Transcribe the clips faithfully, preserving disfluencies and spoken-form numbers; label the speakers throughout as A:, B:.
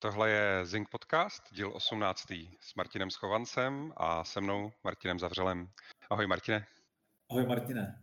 A: Tohle je Zing Podcast, díl osmnáctý s Martinem Schovancem a se mnou Martinem Zavřelem. Ahoj Martine.
B: Ahoj Martine.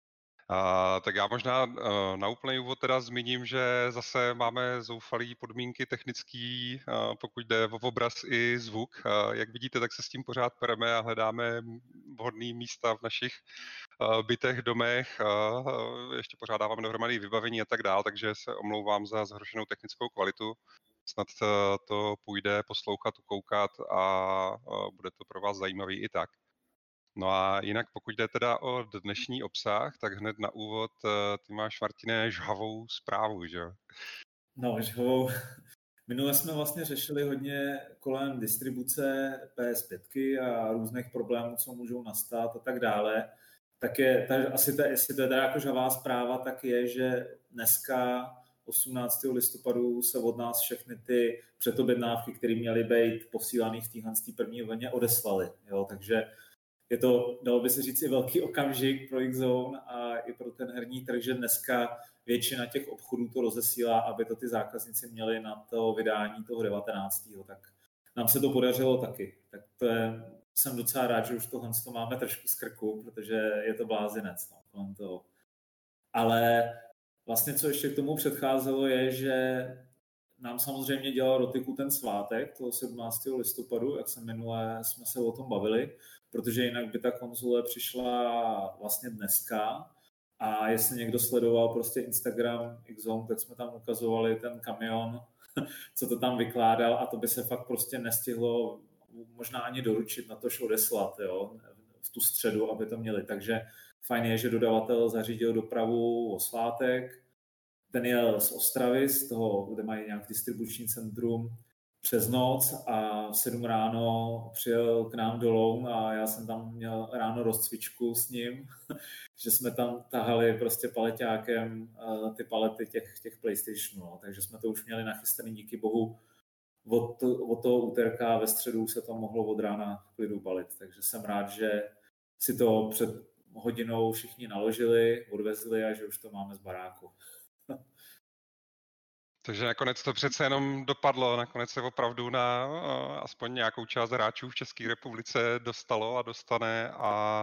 A: A, tak já možná na úplný úvod teda zmíním, že zase máme zoufalý podmínky technický, a pokud jde o obraz i zvuk. A jak vidíte, tak se s tím pořád pereme a hledáme vhodné místa v našich bytech, domech, a ještě pořád dáváme dohromady vybavení a tak dál, takže se omlouvám za zhoršenou technickou kvalitu. Snad to půjde poslouchat, ukoukat a bude to pro vás zajímavý i tak. No a jinak pokud jde teda o dnešní obsah, tak hned na úvod ty máš, Martine, žhavou zprávu, že jo?
B: No, žhavou. Minule jsme vlastně řešili hodně kolem distribuce P S pět a různých problémů, co můžou nastat a tak dále. Tak je, ta, asi ta, jestli to je teda jako žhavá zpráva, tak je, že dneska osmnáctého listopadu se od nás všechny ty předobjednávky, které měly být posílané v téhle první vlně, odeslaly. Jo? Takže je to, dalo by se říct, i velký okamžik pro X-Zone a i pro ten herní trh, že dneska většina těch obchodů to rozesílá, aby to ty zákazníci měli na to vydání toho devatenáctého Tak nám se to podařilo taky. Tak to je, jsem docela rád, že už tohle to máme trošku z krku, protože je to blázinec. No, kolem toho. Ale vlastně, co ještě k tomu předcházelo, je, že nám samozřejmě dělal dotyku ten svátek, toho sedmnáctého listopadu, jak se minule jsme se o tom bavili, protože jinak by ta konzole přišla vlastně dneska a jestli někdo sledoval prostě Instagram X-Zone, tak jsme tam ukazovali ten kamion, co to tam vykládal a to by se fakt prostě nestihlo možná ani doručit, na tož odeslat, jo, v tu středu, aby to měli. Takže fajn je, že dodavatel zařídil dopravu o svátek, ten jel z Ostravy, z toho, kde mají nějak distribuční centrum, přes noc a v sedm ráno přijel k nám do Loun a já jsem tam měl ráno rozcvičku s ním, že jsme tam tahali prostě paleťákem ty palety těch, těch PlayStationů, no. Takže jsme to už měli nachystaný, díky bohu. Od, od toho úterka ve středu se to mohlo od rána v klidu balit, takže jsem rád, že si to před hodinou všichni naložili, odvezli a že už to máme z baráku.
A: Takže nakonec to přece jenom dopadlo, nakonec se opravdu na uh, aspoň nějakou část hráčů v České republice dostalo a dostane a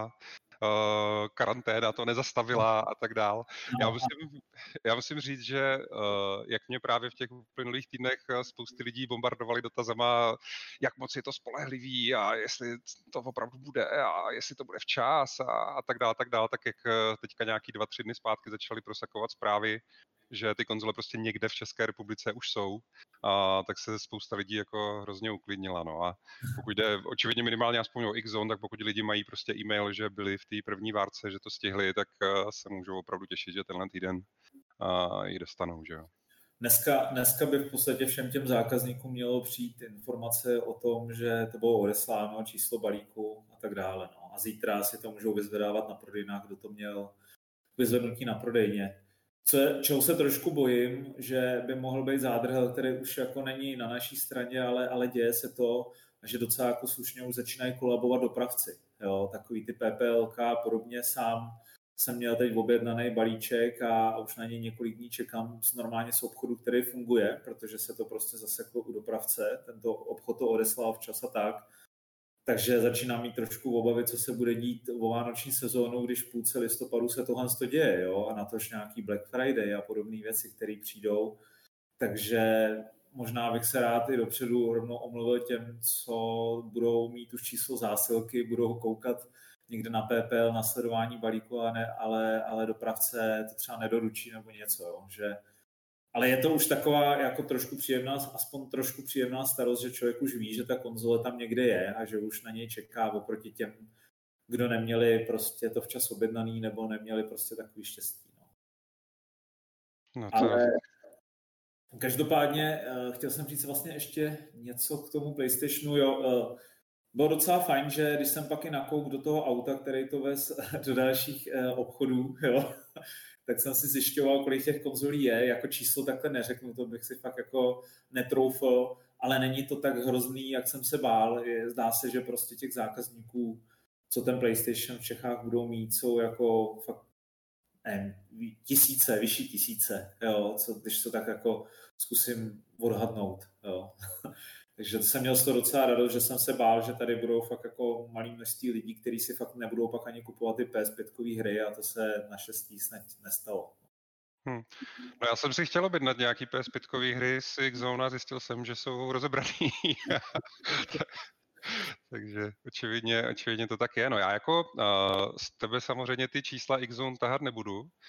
A: uh, karanténa to nezastavila a tak dál. Já musím, já musím říct, že uh, jak mě právě v těch uplynulých týdnech spousty lidí bombardovali dotazama, jak moc je to spolehlivý a jestli to opravdu bude a jestli to bude včas a, a tak dál, tak dál, tak jak teďka nějaký dva, tři dny zpátky začaly prosakovat zprávy, že ty konzole prostě někde v České republice už jsou, a tak se spousta lidí jako hrozně uklidnila. No. A pokud jde očividně minimálně aspoň o X-Zone, tak pokud lidi mají prostě e-mail, že byli v té první várce, že to stihli, tak se můžou opravdu těšit, že tenhle týden ji dostanou. Že jo.
B: Dneska, dneska by v podstatě všem těm zákazníkům mělo přijít informace o tom, že to bylo odesláno, číslo balíku a tak dále. No. A zítra si to můžou vyzvedávat na prodejnách, kdo to měl vyzvednutí na prodejně. Co je, čeho se trošku bojím, že by mohl být zádrhel, který už jako není na naší straně, ale, ale děje se to, že docela jako slušně už začínají kolabovat dopravci. Jo? Takový ty P P L K a podobně. Sám jsem měl teď objednaný balíček a už na něj několik dní čekám normálně z obchodu, který funguje, protože se to prostě zaseklo u dopravce. Tento obchod to odeslal včas a tak. Takže začínám mít trošku obavy, co se bude dít o vánoční sezónu, když v půlce listopadu se tohle to děje, jo? A na tož nějaký Black Friday a podobné věci, které přijdou. Takže možná bych se rád i dopředu rovnou omluvil těm, co budou mít už číslo zásilky, budou koukat někde na P P L, na sledování balíku, ale, ne, ale, ale dopravce to třeba nedoručí nebo něco, jo? Že ale je to už taková jako trošku příjemná, aspoň trošku příjemná starost, že člověk už ví, že ta konzole tam někde je a že už na něj čeká oproti těm, kdo neměli prostě to včas objednaný nebo neměli prostě takový štěstí. No.
A: No to...
B: Ale každopádně chtěl jsem říct vlastně ještě něco k tomu PlayStationu. Jo, bylo docela fajn, že když jsem pak i nakouk do toho auta, který to vez do dalších obchodů, jo, tak jsem si zjišťoval, kolik těch konzolí je, jako číslo takhle neřeknu, to bych si fakt jako netroufl, ale není to tak hrozný, jak jsem se bál. Zdá se, že prostě těch zákazníků, co ten PlayStation v Čechách budou mít, jsou jako fakt nevím, tisíce, vyšší tisíce, jo, co, když to tak jako zkusím odhadnout, jo. Takže to jsem měl z toho docela radost, že jsem se bál, že tady budou fakt jako malý množství lidí, kteří si fakt nebudou pak ani kupovat ty P S pět hry a to se naštěstí snad nestalo.
A: Hmm. No já jsem si chtěl objednat nějaký P S pět hry z X-Zone a zjistil jsem, že jsou rozebraný. Takže očividně, očividně to tak je. No já jako uh, z tebe samozřejmě ty čísla X-Zone tahat nebudu, uh,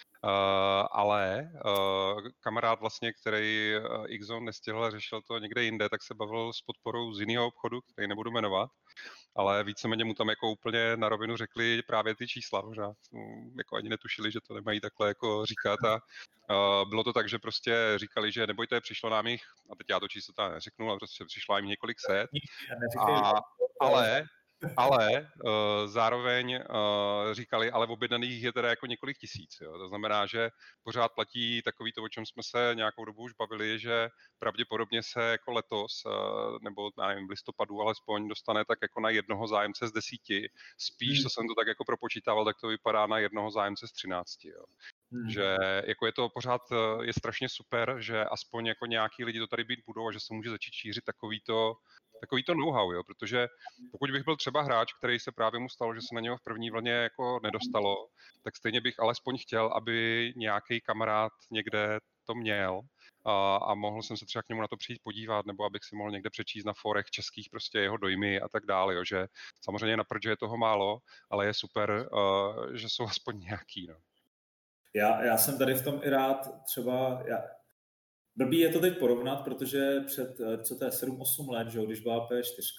A: ale uh, kamarád vlastně, který uh, X-Zone nestihl a řešil to někde jinde, tak se bavil s podporou z jiného obchodu, který nebudu jmenovat, ale víceméně mu tam jako úplně na rovinu řekli právě ty čísla, možná jako ani netušili, že to nemají takhle jako říkat a uh, bylo to tak, že prostě říkali, že nebojte, přišlo nám jich, a teď já to číslo tam neřeknu, ale prostě přišlo jim několik set, a, ale, ale uh, zároveň uh, říkali, ale objednaných je teda jako několik tisíc, jo. To znamená, že pořád platí takový to, o čem jsme se nějakou dobu už bavili, že pravděpodobně se jako letos, uh, nebo já nevím, v listopadu alespoň dostane tak jako na jednoho zájemce z desíti. Spíš, co jsem to tak jako propočítával, tak to vypadá na jednoho zájemce z třinácti, jo. Hmm. Že jako je to pořád, je strašně super, že aspoň jako nějaký lidi to tady být budou a že se může začít šířit takovýto, takovýto know-how, jo, protože pokud bych byl třeba hráč, který se právě mu stalo, že se na něho v první vlně jako nedostalo, tak stejně bych alespoň chtěl, aby nějaký kamarád někde to měl a, a mohl jsem se třeba k němu na to přijít podívat, nebo abych si mohl někde přečíst na forech českých prostě jeho dojmy a tak dále, jo, že samozřejmě na prdže je toho málo, ale je super, uh, že jsou aspoň nějaký, no.
B: Já, já jsem tady v tom i rád třeba, já, blbý je to teď porovnat, protože před, co to je, sedm osm let, že, když byla P čtyři,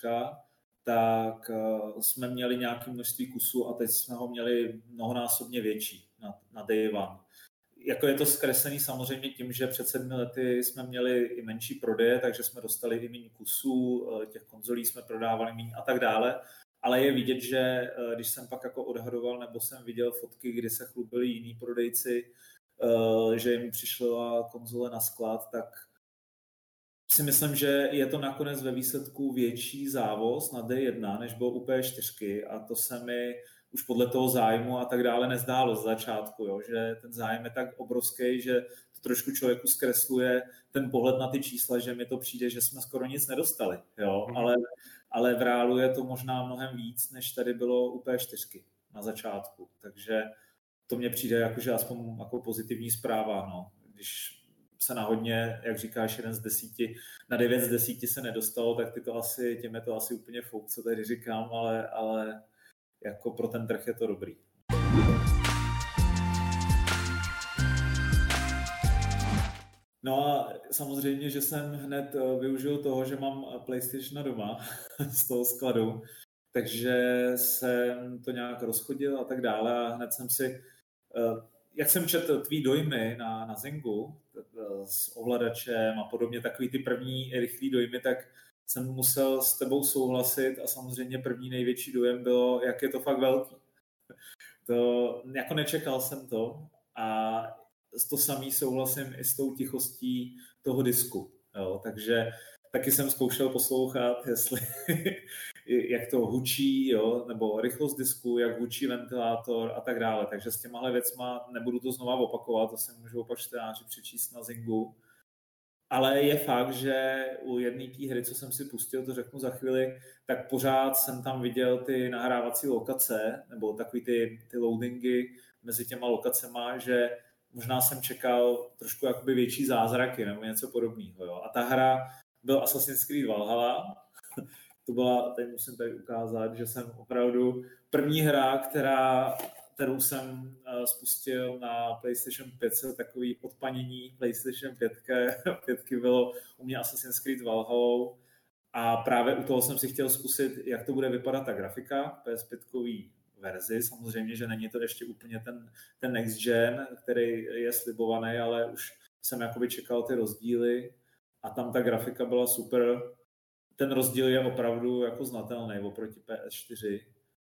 B: tak uh, jsme měli nějaké množství kusů a teď jsme ho měli mnohonásobně větší na, na Day One. Jako je to zkreslený samozřejmě tím, že před sedmi lety jsme měli i menší prodeje, takže jsme dostali i méně kusů, těch konzolí jsme prodávali méně a tak dále. Ale je vidět, že když jsem pak jako odhadoval, nebo jsem viděl fotky, kdy se chlubili jiní prodejci, že jim přišla konzole na sklad, tak si myslím, že je to nakonec ve výsledku větší závoz na D jedna, než bylo u P čtyři a to se mi už podle toho zájmu a tak dále nezdálo z začátku, jo? Že ten zájem je tak obrovský, že to trošku člověku zkresluje ten pohled na ty čísla, že mi to přijde, že jsme skoro nic nedostali, jo? Mm. Ale, ale v reálu je to možná mnohem víc, než tady bylo u P čtyři na začátku, takže to mně přijde jakože aspoň jako pozitivní zpráva, no. Když se na hodně, jak říkáš, jeden z desíti, na devět z desíti se nedostalo, tak ty to asi, těm je to asi úplně fouk, co tady říkám, ale, ale jako pro ten trh je to dobrý. No a samozřejmě, že jsem hned využil toho, že mám PlayStation doma z toho skladu, takže jsem to nějak rozchodil a tak dále a hned jsem si, jak jsem četl tvý dojmy na, na Zengu s ovladačem a podobně, takový ty první rychlý dojmy, tak jsem musel s tebou souhlasit a samozřejmě první největší dojem bylo, jak je to fakt velký. To, jako nečekal jsem to a to samý souhlasím i s tou tichostí toho disku. Jo, takže taky jsem zkoušel poslouchat, jestli, jak to hučí, jo, nebo rychlost disku, jak hučí ventilátor a tak dále. Takže s těmahle věcma nebudu to znova opakovat, to si můžu opak čtenáři přečíst na Zingu. Ale je fakt, že u jedné té hry, co jsem si pustil, to řeknu za chvíli, tak pořád jsem tam viděl ty nahrávací lokace, nebo takový ty, ty loadingy mezi těma lokacema, že možná jsem čekal trošku jakoby větší zázraky nebo něco podobného. Jo. A ta hra byl Assassin's Creed Valhalla. To byla, tady musím tady ukázat, že jsem opravdu první hra, která, kterou jsem spustil na PlayStation pět, takový odpanění PlayStation pět, pětky bylo u mě Assassin's Creed Valhalla a právě u toho jsem si chtěl zkusit, jak to bude vypadat ta grafika P S pět verzi. Samozřejmě, že není to ještě úplně ten, ten next gen, který je slibovaný, ale už jsem jakoby čekal ty rozdíly a tam ta grafika byla super. Ten rozdíl je opravdu jako znatelný oproti P S čtyři.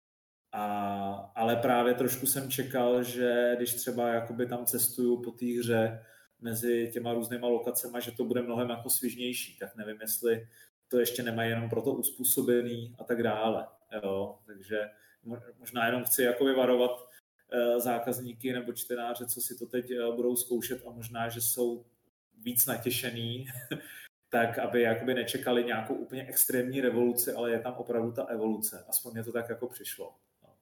B: A, ale právě trošku jsem čekal, že když třeba jakoby tam cestuju po té hře mezi těma různýma lokacema, že to bude mnohem jako svižnější. Tak nevím, jestli to ještě nemají jenom proto uspůsobený a tak dále. Jo, takže možná jenom chci jako vyvarovat zákazníky nebo čtenáře, co si to teď budou zkoušet a možná, že jsou víc natěšený, tak aby jakoby nečekali nějakou úplně extrémní revoluci, ale je tam opravdu ta evoluce. Aspoň mě to tak jako přišlo.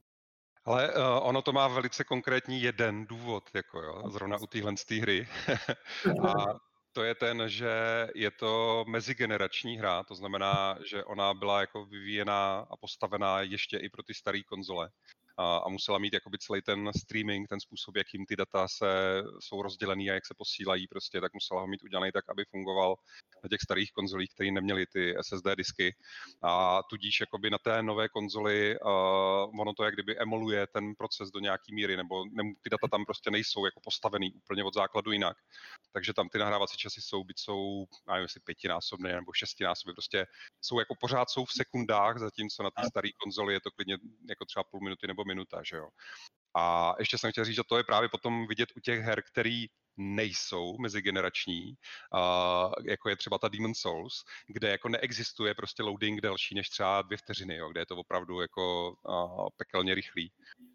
A: Ale uh, ono to má velice konkrétní jeden důvod, jako jo, zrovna u téhle hry. A to je ten, že je to mezigenerační hra, to znamená, že ona byla jako vyvíjená a postavená ještě i pro ty staré konzole. A, a musela mít jakoby celý ten streaming, ten způsob, jakým ty data se, jsou rozdělený a jak se posílají, prostě, tak musela ho mít udělaný tak, aby fungoval na těch starých konzolích, které neměly ty S S D disky. A tudíž jakoby na té nové konzoli uh, ono to jak kdyby emuluje ten proces do nějaký míry, nebo ne, ty data tam prostě nejsou jako postavený úplně od základu jinak. Takže tam ty nahrávací časy jsou, byť jsou, nevím, jestli pětinásobné nebo šestinásobné, prostě jsou jako pořád jsou v sekundách, zatímco na té staré konzoli je to klidně jako třeba půl minuty nebo minuta, že jo. A ještě jsem chtěl říct, že to je právě potom vidět u těch her, který nejsou mezigenerační, uh, jako je třeba ta Demon's Souls, kde jako neexistuje prostě loading delší než třeba dvě vteřiny, jo, kde je to opravdu jako uh, pekelně rychlý.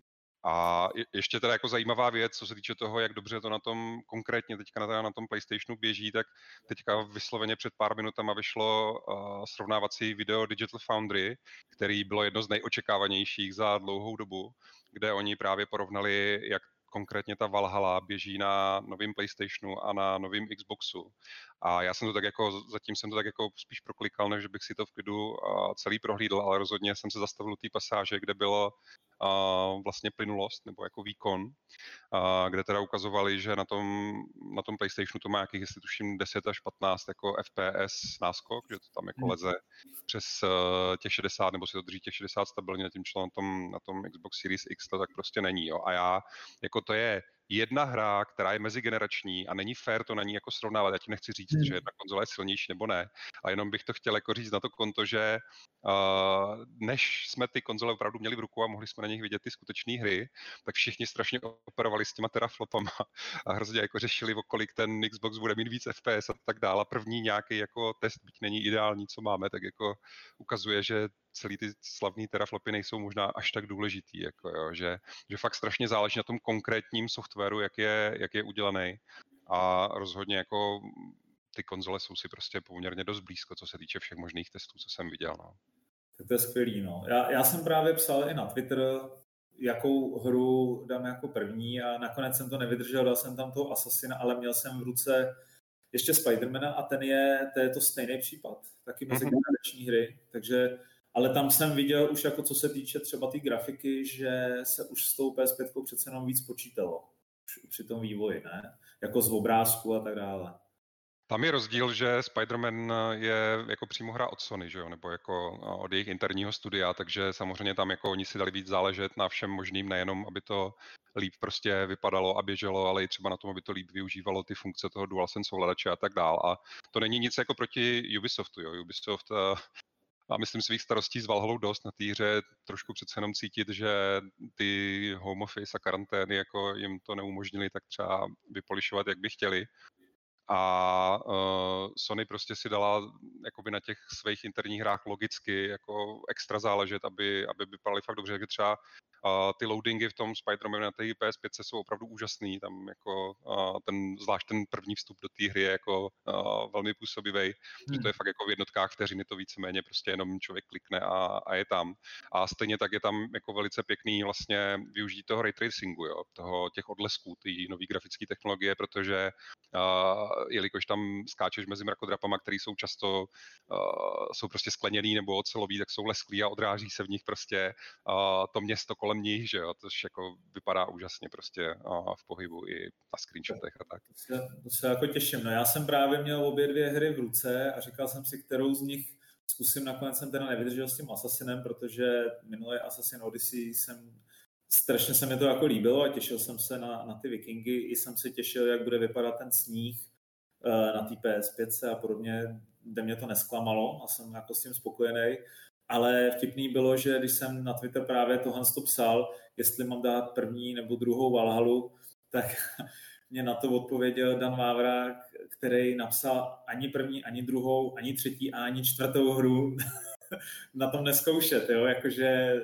A: A ještě teda jako zajímavá věc, co se týče toho, jak dobře to na tom konkrétně teďka na, na tom PlayStationu běží, tak teďka vysloveně před pár minutama vyšlo uh, srovnávací video Digital Foundry, který bylo jedno z nejočekávanějších za dlouhou dobu, kde oni právě porovnali, jak konkrétně ta Valhalla běží na novém PlayStationu a na novém Xboxu. A já jsem to tak jako, zatím jsem to tak jako spíš proklikal, než bych si to v klidu uh, celý prohlídl, ale rozhodně jsem se zastavil u té pasáže, kde bylo uh, vlastně plynulost nebo jako výkon, uh, kde teda ukazovali, že na tom, na tom PlayStationu to má nějakých, jestli tuším, deset až patnáct jako F P S náskok, že to tam jako leze přes uh, těch šedesát, nebo si to drží těch šedesát stabilně, tím na tom, na tom Xbox Series X to tak prostě není. Jo. A já, jako to je jedna hra, která je mezigenerační a není fér to na ní jako srovnávat. Já tím nechci říct, hmm. že jedna konzole je silnější nebo ne, a jenom bych to chtěl jako říct na to konto, že uh, než jsme ty konzole opravdu měli v ruku a mohli jsme na nich vidět ty skutečné hry, tak všichni strašně operovali s těma teraflopama a hrozně jako řešili, o kolik ten Xbox bude mít víc F P S a tak dále. První nějaký jako test, byť není ideální, co máme, tak jako ukazuje, že celý ty slavný teraflopy nejsou možná až tak důležitý, jako jo, že, že fakt strašně záleží na tom konkrétním softwaru, jak je, jak je udělaný. A rozhodně jako ty konzole jsou si prostě poměrně dost blízko, co se týče všech možných testů, co jsem viděl. No.
B: To je skvělý, no. Já, já jsem právě psal i na Twitter, jakou hru dám jako první a nakonec jsem to nevydržel, dal jsem tam toho Assassina, ale měl jsem v ruce ještě Spidermana a ten je, to je to stejný případ, taky mezigenerační hry, takže ale tam jsem viděl už jako co se týče třeba té grafiky, že se už s tou P S pět přece jenom víc počítalo při tom vývoji, ne? Jako z obrázku a tak dále.
A: Tam je rozdíl, že Spider-Man je jako přímo hra od Sony, že jo? Nebo jako od jejich interního studia, takže samozřejmě tam jako oni si dali víc záležet na všem možným, nejenom aby to líp prostě vypadalo a běželo, ale i třeba na tom, aby to líp využívalo ty funkce toho DualSense ovladače a tak dál. A to není nic jako proti Ubisoftu, jo? Ubisoft a myslím svých starostí s Valhallou dost na té hře, trošku přece jenom cítit, že ty home office a karantény jako jim to neumožnili tak třeba vypolišovat, jak by chtěli. A uh, Sony prostě si dala jakoby na těch svých interních hrách logicky jako extra záležet, aby, aby vypadaly fakt dobře, takže třeba uh, ty loadingy v tom Spider-Manu na té P S pět jsou opravdu úžasný, tam jako uh, ten, zvlášť ten první vstup do té hry je jako uh, velmi působivý, hmm. že to je fakt jako v jednotkách vteřiny to víceméně prostě jenom člověk klikne a, a je tam. A stejně tak je tam jako velice pěkný vlastně využít toho ray tracingu, jo, toho, těch odlesků, té nové grafické technologie, protože uh, jelikož tam skáčeš mezi mrakodrapama, které jsou často uh, jsou prostě skleněný nebo ocelový, tak jsou lesklí a odráží se v nich prostě uh, to město kolem nich, že jo, což jako vypadá úžasně prostě uh, v pohybu i na screenshotech a tak.
B: To se, to se jako těším. No já jsem právě měl obě dvě hry v ruce a říkal jsem si, kterou z nich zkusím. Nakonec jsem teda nevydržel s tím Assassinem, protože minulý Assassin Odyssey jsem strašně se mi to jako líbilo a těšil jsem se na, na ty Vikingy, i jsem se těšil, jak bude vypadat ten sníh na té P S pět a podobně, kde mě to nesklamalo a jsem jako s tím spokojený. Ale vtipný bylo, že když jsem na Twitter právě tohle psal, jestli mám dát první nebo druhou Valhallu, tak mě na to odpověděl Dan Vávra, který napsal ani první, ani druhou, ani třetí a ani čtvrtou hru na tom neskoušet. Jo? Jakože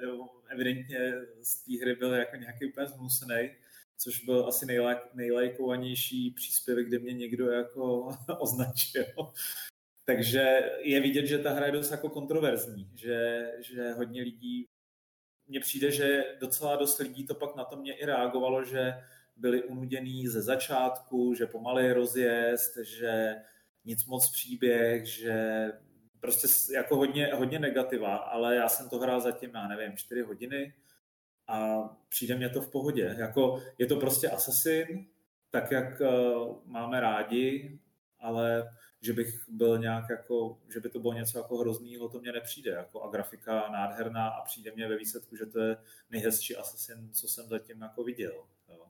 B: evidentně z té hry byl jako nějaký úplně zhnusený, což byl asi nejlaj, nejlajkovanější příspěvek, kde mě někdo jako označil. Takže je vidět, že ta hra je dost jako kontroverzní, že, že hodně lidí, mně přijde, že docela dost lidí to pak na to mě i reagovalo, že byli unuděný ze začátku, že pomalej rozjezd, že nic moc příběh, že prostě jako hodně, hodně negativa, ale já jsem to hrál zatím, já nevím, čtyři hodiny a přijde mě to v pohodě. Jako, je to prostě Assassin, tak jak uh, máme rádi, ale že bych byl nějak jako, že by to bylo něco jako hroznýho, to mně nepřijde. Jako a grafika nádherná a přijde mě ve výsledku, že to je nejhezčí Assassin, co jsem zatím jako viděl. Jo.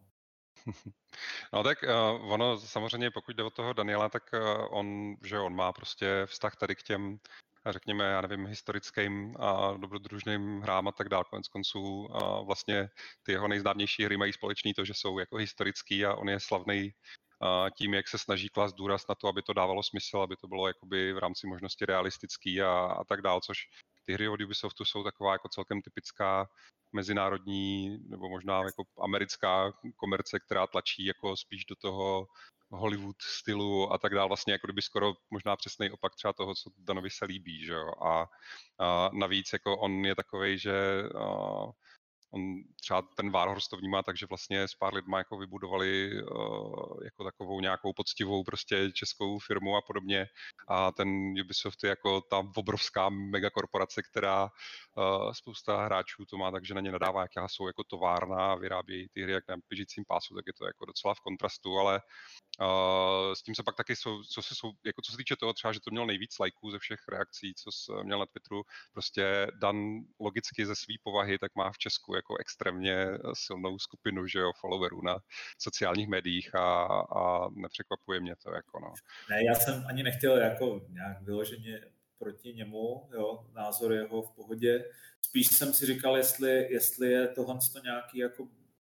A: No tak uh, ono samozřejmě, pokud jde o toho Daniela, tak uh, on, že on má prostě vztah tady k těm, řekněme, já nevím, historickým a dobrodružným hrám a tak dál. Konec konců uh, vlastně ty jeho nejznámější hry mají společný to, že jsou jako historický a on je slavný uh, tím, jak se snaží klást důraz na to, aby to dávalo smysl, aby to bylo jakoby v rámci možnosti realistický a, a tak dál, což ty hry od Ubisoftu jsou taková jako celkem typická mezinárodní nebo možná jako americká komerce, která tlačí jako spíš do toho Hollywood stylu a tak dále, vlastně jako kdyby skoro možná přesný opak třeba toho, co Danovi se líbí, že jo. A, a navíc jako on je takovej, že a, on třeba ten Warhorse to vnímá tak, že vlastně s pár lidma jako vybudovali uh, jako takovou nějakou poctivou prostě českou firmu a podobně. A ten Ubisoft je jako ta obrovská megakorporace, která uh, spousta hráčů to má, takže na ně nadává, jaká jsou jako továrna a vyrábějí ty hry jak na běžícím pásu, tak je to jako docela v kontrastu, ale Uh, s tím se pak taky, jsou, co, se, jsou, jako co se týče toho třeba, že to měl nejvíc lajků ze všech reakcí, co jsi měl na Twitteru, prostě Dan logicky ze své povahy, tak má v Česku jako extrémně silnou skupinu, že jo, followerů na sociálních médiích a, a nepřekvapuje mě to, jako no.
B: Ne, já jsem ani nechtěl jako nějak vyloženě proti němu, jo, názor jeho v pohodě. Spíš jsem si říkal, jestli, jestli je tohle nějaký jako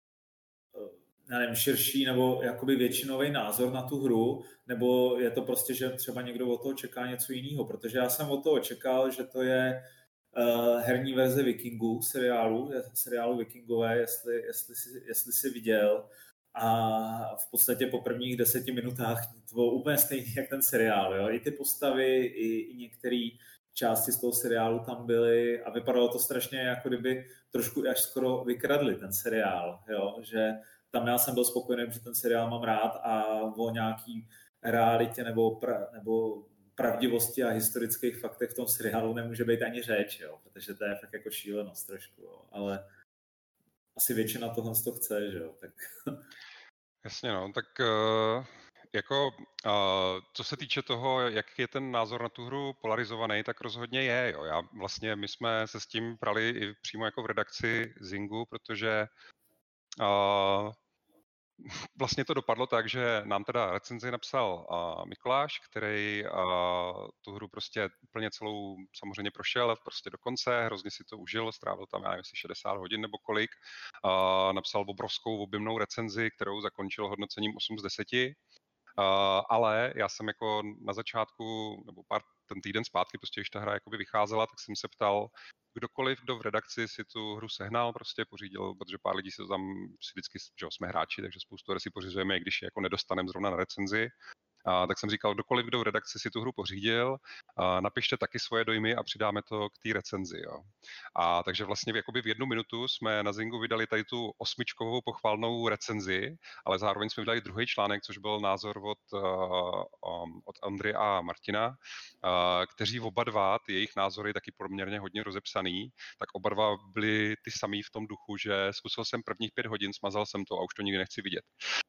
B: nevím, širší nebo jakoby většinový názor na tu hru, nebo je to prostě, že třeba někdo od toho čeká něco jiného, protože já jsem od toho čekal, že to je uh, herní verze Vikingů, seriálu, seriálu Vikingové, jestli, jestli, si, jestli si viděl, a v podstatě po prvních deseti minutách to bylo úplně stejný jak ten seriál, jo? I ty postavy, i, i některé části z toho seriálu tam byly a vypadalo to strašně, jako kdyby trošku až skoro vykradli ten seriál, jo? Že tam já jsem byl spokojený, že ten seriál mám rád a o nějaký realitě nebo, pra, nebo pravdivosti a historických faktech v tom seriálu nemůže být ani řeč, jo? Protože to je fakt jako šílenost trošku, jo? Ale asi většina tohle to chce, že jo? Tak...
A: Jasně, no, tak uh, jako uh, co se týče toho, jak je ten názor na tu hru polarizovaný, tak rozhodně je, jo. Já vlastně, my jsme se s tím prali i přímo jako v redakci Zingu, protože uh, vlastně to dopadlo tak, že nám teda recenzi napsal uh, Mikuláš, který uh, tu hru prostě úplně celou samozřejmě prošel prostě do konce, hrozně si to užil, strávil tam, já nevím, asi šedesát hodin nebo kolik. Uh, napsal obrovskou objemnou recenzi, kterou zakončil hodnocením osm z deseti. Uh, ale já jsem jako na začátku, nebo pár ten týden zpátky, prostě když ta hra jakoby vycházela, tak jsem se ptal, kdokoliv, kdo v redakci si tu hru sehnal, prostě pořídil, protože pár lidí se to tam si vždycky, že jsme hráči, takže spoustu her si pořizujeme, i když je jako nedostaneme zrovna na recenzi. A tak jsem říkal, kdokoliv, kdo v redakci si tu hru pořídil, a napište taky svoje dojmy a přidáme to k té recenzi. Jo. A takže vlastně jakoby v jednu minutu jsme na Zingu vydali tady tu osmičkovou pochválnou recenzi, ale zároveň jsme vydali druhý článek, což byl názor od, um, od Andry a Martina, uh, kteří oba dva, ty jejich názory taky poměrně hodně rozepsaný, tak oba dva byli ty samý v tom duchu, že zkusil jsem prvních pět hodin, smazal jsem to a už to nikdy nechci vidět.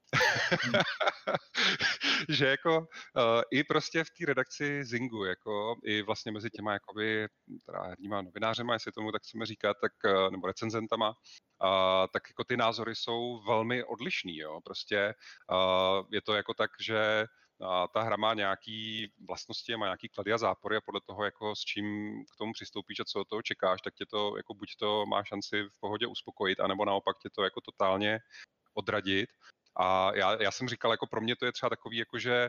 A: Že jako uh, i prostě v té redakci Zingu, jako i vlastně mezi těma jakoby teda herníma novinářema, jestli tomu tak chceme říkat, tak, uh, nebo recenzentama, uh, tak jako ty názory jsou velmi odlišný, jo, prostě uh, je to jako tak, že a ta hra má nějaký vlastnosti, má nějaký klady a zápory a podle toho, jako s čím k tomu přistoupíš a co od toho čekáš, tak tě to, jako buď to má šanci v pohodě uspokojit, anebo naopak tě to jako totálně odradit. A já, já jsem říkal, jako pro mě to je třeba takový, jako že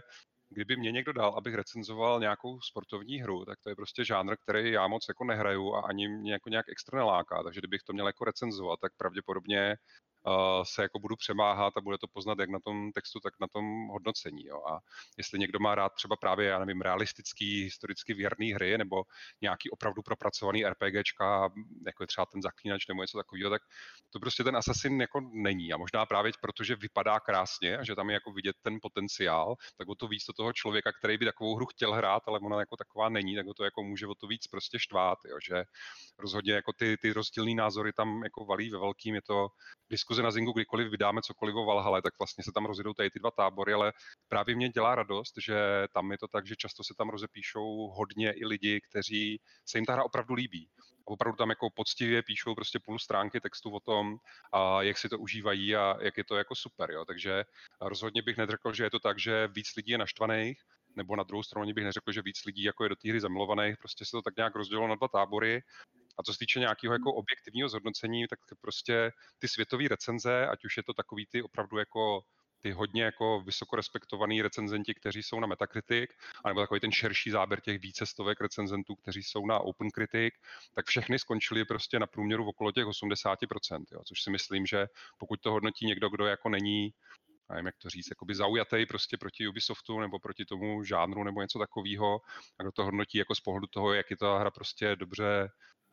A: kdyby mě někdo dal, abych recenzoval nějakou sportovní hru, tak to je prostě žánr, který já moc jako nehraju a ani mě jako nějak extra neláká. Takže kdybych to měl jako recenzovat, tak pravděpodobně uh, se jako budu přemáhat a bude to poznat jak na tom textu, tak na tom hodnocení. Jo. A jestli někdo má rád třeba právě, já nevím, realistický, historicky věrný hry nebo nějaký opravdu propracovaný RPGčka, jako je třeba ten Zaklínač nebo něco takového, tak to prostě ten Assassin jako není. A možná právě protože vypadá krásně a že tam je jako vidět ten potenciál, tak o to víc do toho člověka, který by takovou hru chtěl hrát, ale ona jako taková není, tak o to jako může o to víc prostě štvát, jo, že rozhodně jako ty, ty rozdílný názory tam jako valí ve velkým, je to diskuze na Zingu, kdykoliv vydáme cokoliv o Valhalle, tak vlastně se tam rozjedou tady ty dva tábory, ale právě mě dělá radost, že tam je to tak, že často se tam rozepíšou hodně i lidi, kteří se jim ta hra opravdu líbí. A opravdu tam jako poctivě píšou prostě půl stránky textu o tom, a jak si to užívají a jak je to jako super. Jo. Takže rozhodně bych neřekl, že je to tak, že víc lidí je naštvaných, nebo na druhou stranu bych neřekl, že víc lidí jako je do té hry zamilovaných. Prostě se to tak nějak rozdělilo na dva tábory. A co se týče nějakého jako objektivního zhodnocení, tak prostě ty světové recenze, ať už je to takový ty opravdu jako ty hodně jako vysoko respektovaný recenzenti, kteří jsou na Metacritic, anebo takový ten širší záběr těch více stovek recenzentů, kteří jsou na OpenCritic, tak všechny skončily prostě na průměru okolo těch osmdesát procent, jo, což si myslím, že pokud to hodnotí někdo, kdo jako není, nevím, jak to říct, jakoby zaujatý prostě proti Ubisoftu nebo proti tomu žánru nebo něco takového, a kdo to hodnotí jako z pohledu toho, jak je ta hra prostě dobře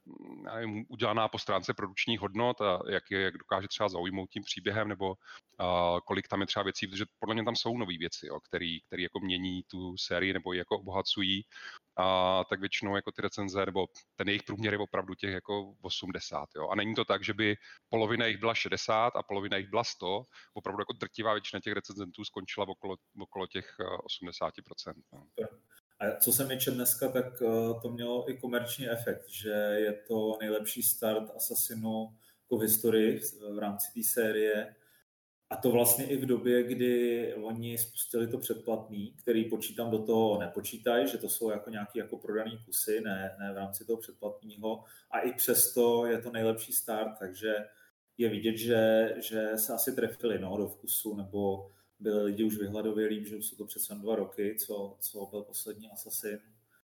A: nevím, udělaná po stránce produkčních hodnot a jak, je, jak dokáže třeba zaujmout tím příběhem, nebo uh, kolik tam je třeba věcí, protože podle mě tam jsou nové věci, jo, který, který jako mění tu sérii nebo ji jako obohacují, a tak většinou jako ty recenze, nebo ten jejich průměr je opravdu těch jako osmdesát. Jo. A není to tak, že by polovina jich byla šedesát a polovina jich byla sto. Opravdu jako drtivá většina těch recenzentů skončila okolo, okolo těch osmdesát procent. No.
B: A co jsem je čet dneska, tak to mělo i komerční efekt, že je to nejlepší start Assassinu jako v historii v rámci té série. A to vlastně i v době, kdy oni spustili to předplatný, který počítám do toho nepočítají, že to jsou jako nějaký jako prodaný kusy, ne, ne v rámci toho předplatného. A i přesto je to nejlepší start, takže je vidět, že, že se asi trefili no, do vkusu, nebo byli lidi už vyhladovělí, že už jsou to přece dva roky, co, co byl poslední Assassin.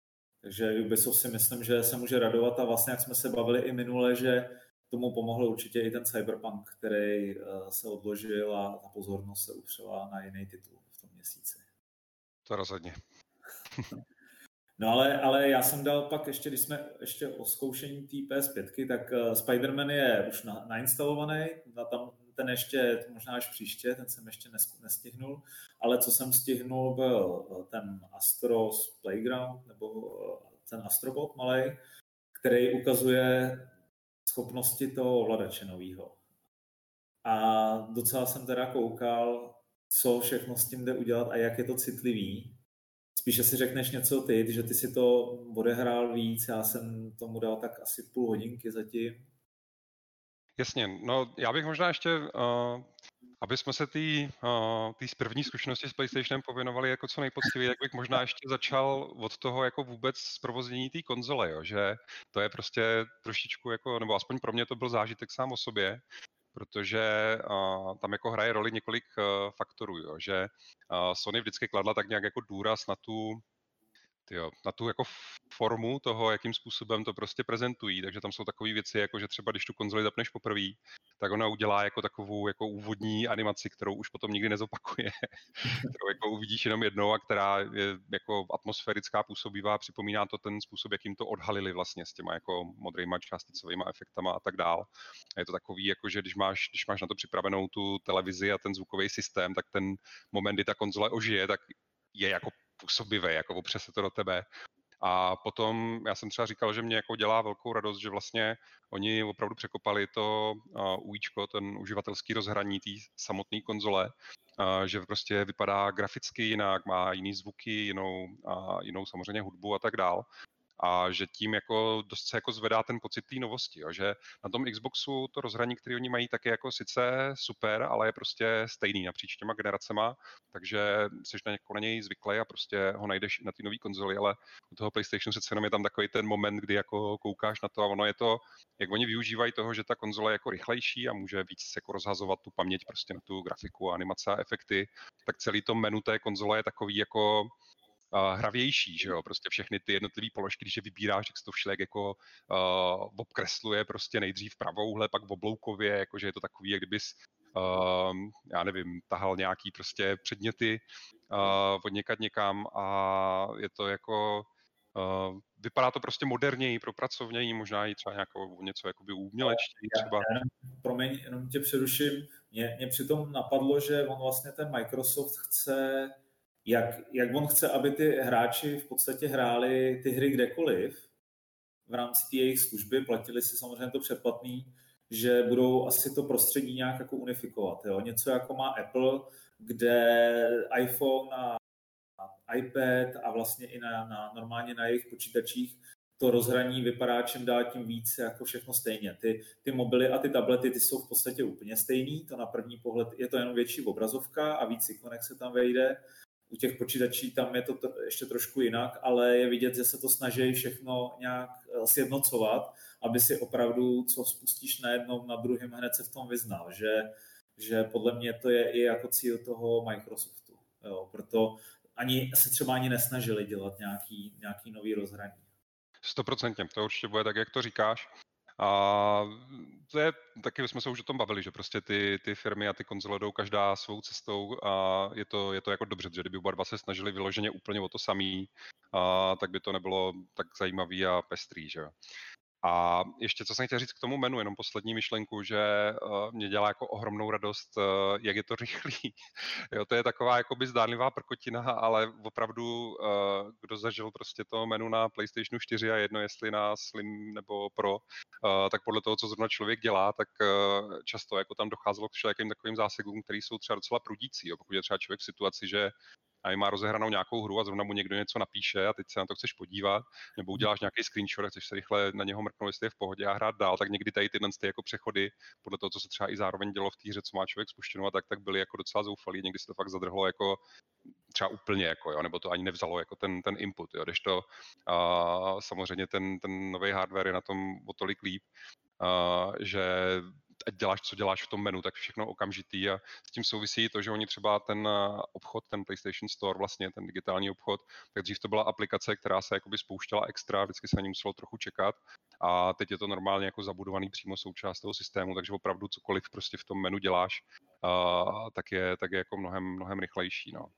B: Takže Ubisoft si myslím, že se může radovat a vlastně, jak jsme se bavili i minule, že tomu pomohl určitě i ten Cyberpunk, který se odložil a ta pozornost se upřela na jiný titul v tom měsíci.
A: To rozhodně.
B: No ale, ale já jsem dal pak ještě, když jsme ještě o zkoušení té P S pět, tak Spider-Man je už na, nainstalovaný, a tam ten ještě, možná až příště, ten jsem ještě nestihnul, ale co jsem stihnul byl ten Astro's Playground, nebo ten Astrobot malej, který ukazuje schopnosti toho ovladače novýho. A docela jsem teda koukal, co všechno s tím jde udělat a jak je to citlivý. Spíše si řekneš něco ty, že ty si to odehrál víc, já jsem tomu dal tak asi půl hodinky zatím.
A: Jasně, no já bych možná ještě, uh, aby jsme se té uh, první zkušenosti s PlayStationem pověnovali jako co nejpoctivěji, jak bych možná ještě začal od toho jako vůbec zprovoznění té konzole, jo, že to je prostě trošičku jako, nebo aspoň pro mě to byl zážitek sám o sobě, protože uh, tam jako hraje roli několik uh, faktorů, jo, že uh, Sony vždycky kladla tak nějak jako důraz na tu Tyjo, na tu jako formu toho, jakým způsobem to prostě prezentují, takže tam jsou takové věci, jako že třeba když tu konzoli zapneš poprvé, tak ona udělá jako takovou jako úvodní animaci, kterou už potom nikdy nezopakuje, kterou jako uvidíš jenom jednou a která je jako atmosférická, působivá, připomíná to ten způsob, jakým to odhalili vlastně s těma jako modrýma částicovými efektama a tak dál. A je to takový, jako že když máš, když máš na to připravenou tu televizi a ten zvukový systém, tak ten moment, kdy ta konzole ožije, tak je jako působivé, jako opře se to do tebe. A potom já jsem třeba říkal, že mě jako dělá velkou radost, že vlastně oni opravdu překopali to uh, UIčko, ten uživatelský rozhraní té samotné konzole, uh, že prostě vypadá graficky jinak, má jiný zvuky, jinou, uh, jinou samozřejmě hudbu a tak dál. a že tím jako dost se jako zvedá ten pocit té novosti, jo, že na tom Xboxu to rozhraní, které oni mají, tak je jako sice super, ale je prostě stejný napříč těma generacema, takže jsi na, jako na něj zvyklý a prostě ho najdeš i na té nové konzoli, ale u toho PlayStationu přece jenom je tam takový ten moment, kdy jako koukáš na to a ono je to, jak oni využívají toho, že ta konzole je jako rychlejší a může víc jako rozhazovat tu paměť prostě na tu grafiku a animace a efekty, tak celý to menu té konzole je takový jako uh, hravější, že jo, prostě všechny ty jednotlivé položky, když je vybíráš, tak se to všelijak jako uh, obkresluje prostě nejdřív pravouhle, pak v obloukově, jakože je to takový, jak kdybys uh, já nevím, tahal nějaký prostě předměty uh, od někad někam a je to jako Uh, vypadá to prostě moderněji, propracovněji, možná i třeba nějakou, něco jakoby umělečtěji třeba.
B: Já jenom, promiň, jenom tě přeruším. Mě, mě přitom napadlo, že on vlastně ten Microsoft chce, jak, jak on chce, aby ty hráči v podstatě hráli ty hry kdekoliv v rámci té jejich služby, platili si samozřejmě to předplatný, že budou asi to prostředí nějak jako unifikovat. Jo? Něco jako má Apple, kde iPhone a iPad a vlastně i na, na normálně na jejich počítačích to rozhraní vypadá čím dál tím víc jako všechno stejně. Ty, ty mobily a ty tablety, ty jsou v podstatě úplně stejný, to na první pohled je to jenom větší obrazovka a víc ikonek se tam vejde. U těch počítačí tam je to t- ještě trošku jinak, ale je vidět, že se to snaží všechno nějak sjednocovat, aby si opravdu, co spustíš na jednom, na druhém, hned se v tom vyznal, že, že podle mě to je i jako cíl toho Microsoftu. Jo, proto ani se třeba ani nesnažili dělat nějaký, nějaký nový rozhraní.
A: Stoprocentně, to určitě bude tak, jak to říkáš. A to je, taky jsme se už o tom bavili, že prostě ty, ty firmy a ty konzole jdou každá svou cestou a je to, je to jako dobře, že kdyby oba dva se snažili vyloženě úplně o to samý, a tak by to nebylo tak zajímavý a pestrý, že jo. A ještě, co jsem chtěl říct k tomu menu, jenom poslední myšlenku, že uh, mě dělá jako ohromnou radost, uh, jak je to rychlý. Jo, to je taková jakoby zdánlivá prkotina, ale opravdu, uh, kdo zažil prostě to menu na PlayStationu čtyři a jedno, jestli na Slim nebo Pro, uh, tak podle toho, co zrovna člověk dělá, tak uh, často jako tam docházelo k všelijakým takovým zásegům, které jsou třeba docela prudící. Jo. Pokud je třeba člověk v situaci, že a má rozehranou nějakou hru a zrovna mu někdo něco napíše a teď se na to chceš podívat, nebo uděláš nějaký screenshot a chceš se rychle na něho mrknout, jestli je v pohodě a hrát dál, tak někdy tady tyhle ty jako přechody, podle toho, co se třeba i zároveň dělo v té hře, co má člověk spuštěno, a tak, tak byly jako docela zoufalý, někdy se to fakt zadrhlo jako třeba úplně, jako, jo, nebo to ani nevzalo jako ten, ten input, jo, kdežto uh, samozřejmě ten, ten nový hardware je na tom o tolik líp, uh, že ať děláš, co děláš v tom menu, tak všechno okamžitý a s tím souvisí to, že oni třeba ten obchod, ten PlayStation Store, vlastně ten digitální obchod, tak dřív to byla aplikace, která se jakoby spouštěla extra, vždycky se na ní muselo trochu čekat a teď je to normálně jako zabudovaný přímo součást toho systému, takže opravdu cokoliv prostě v tom menu děláš, uh, tak, je, tak je jako mnohem, mnohem rychlejší, no.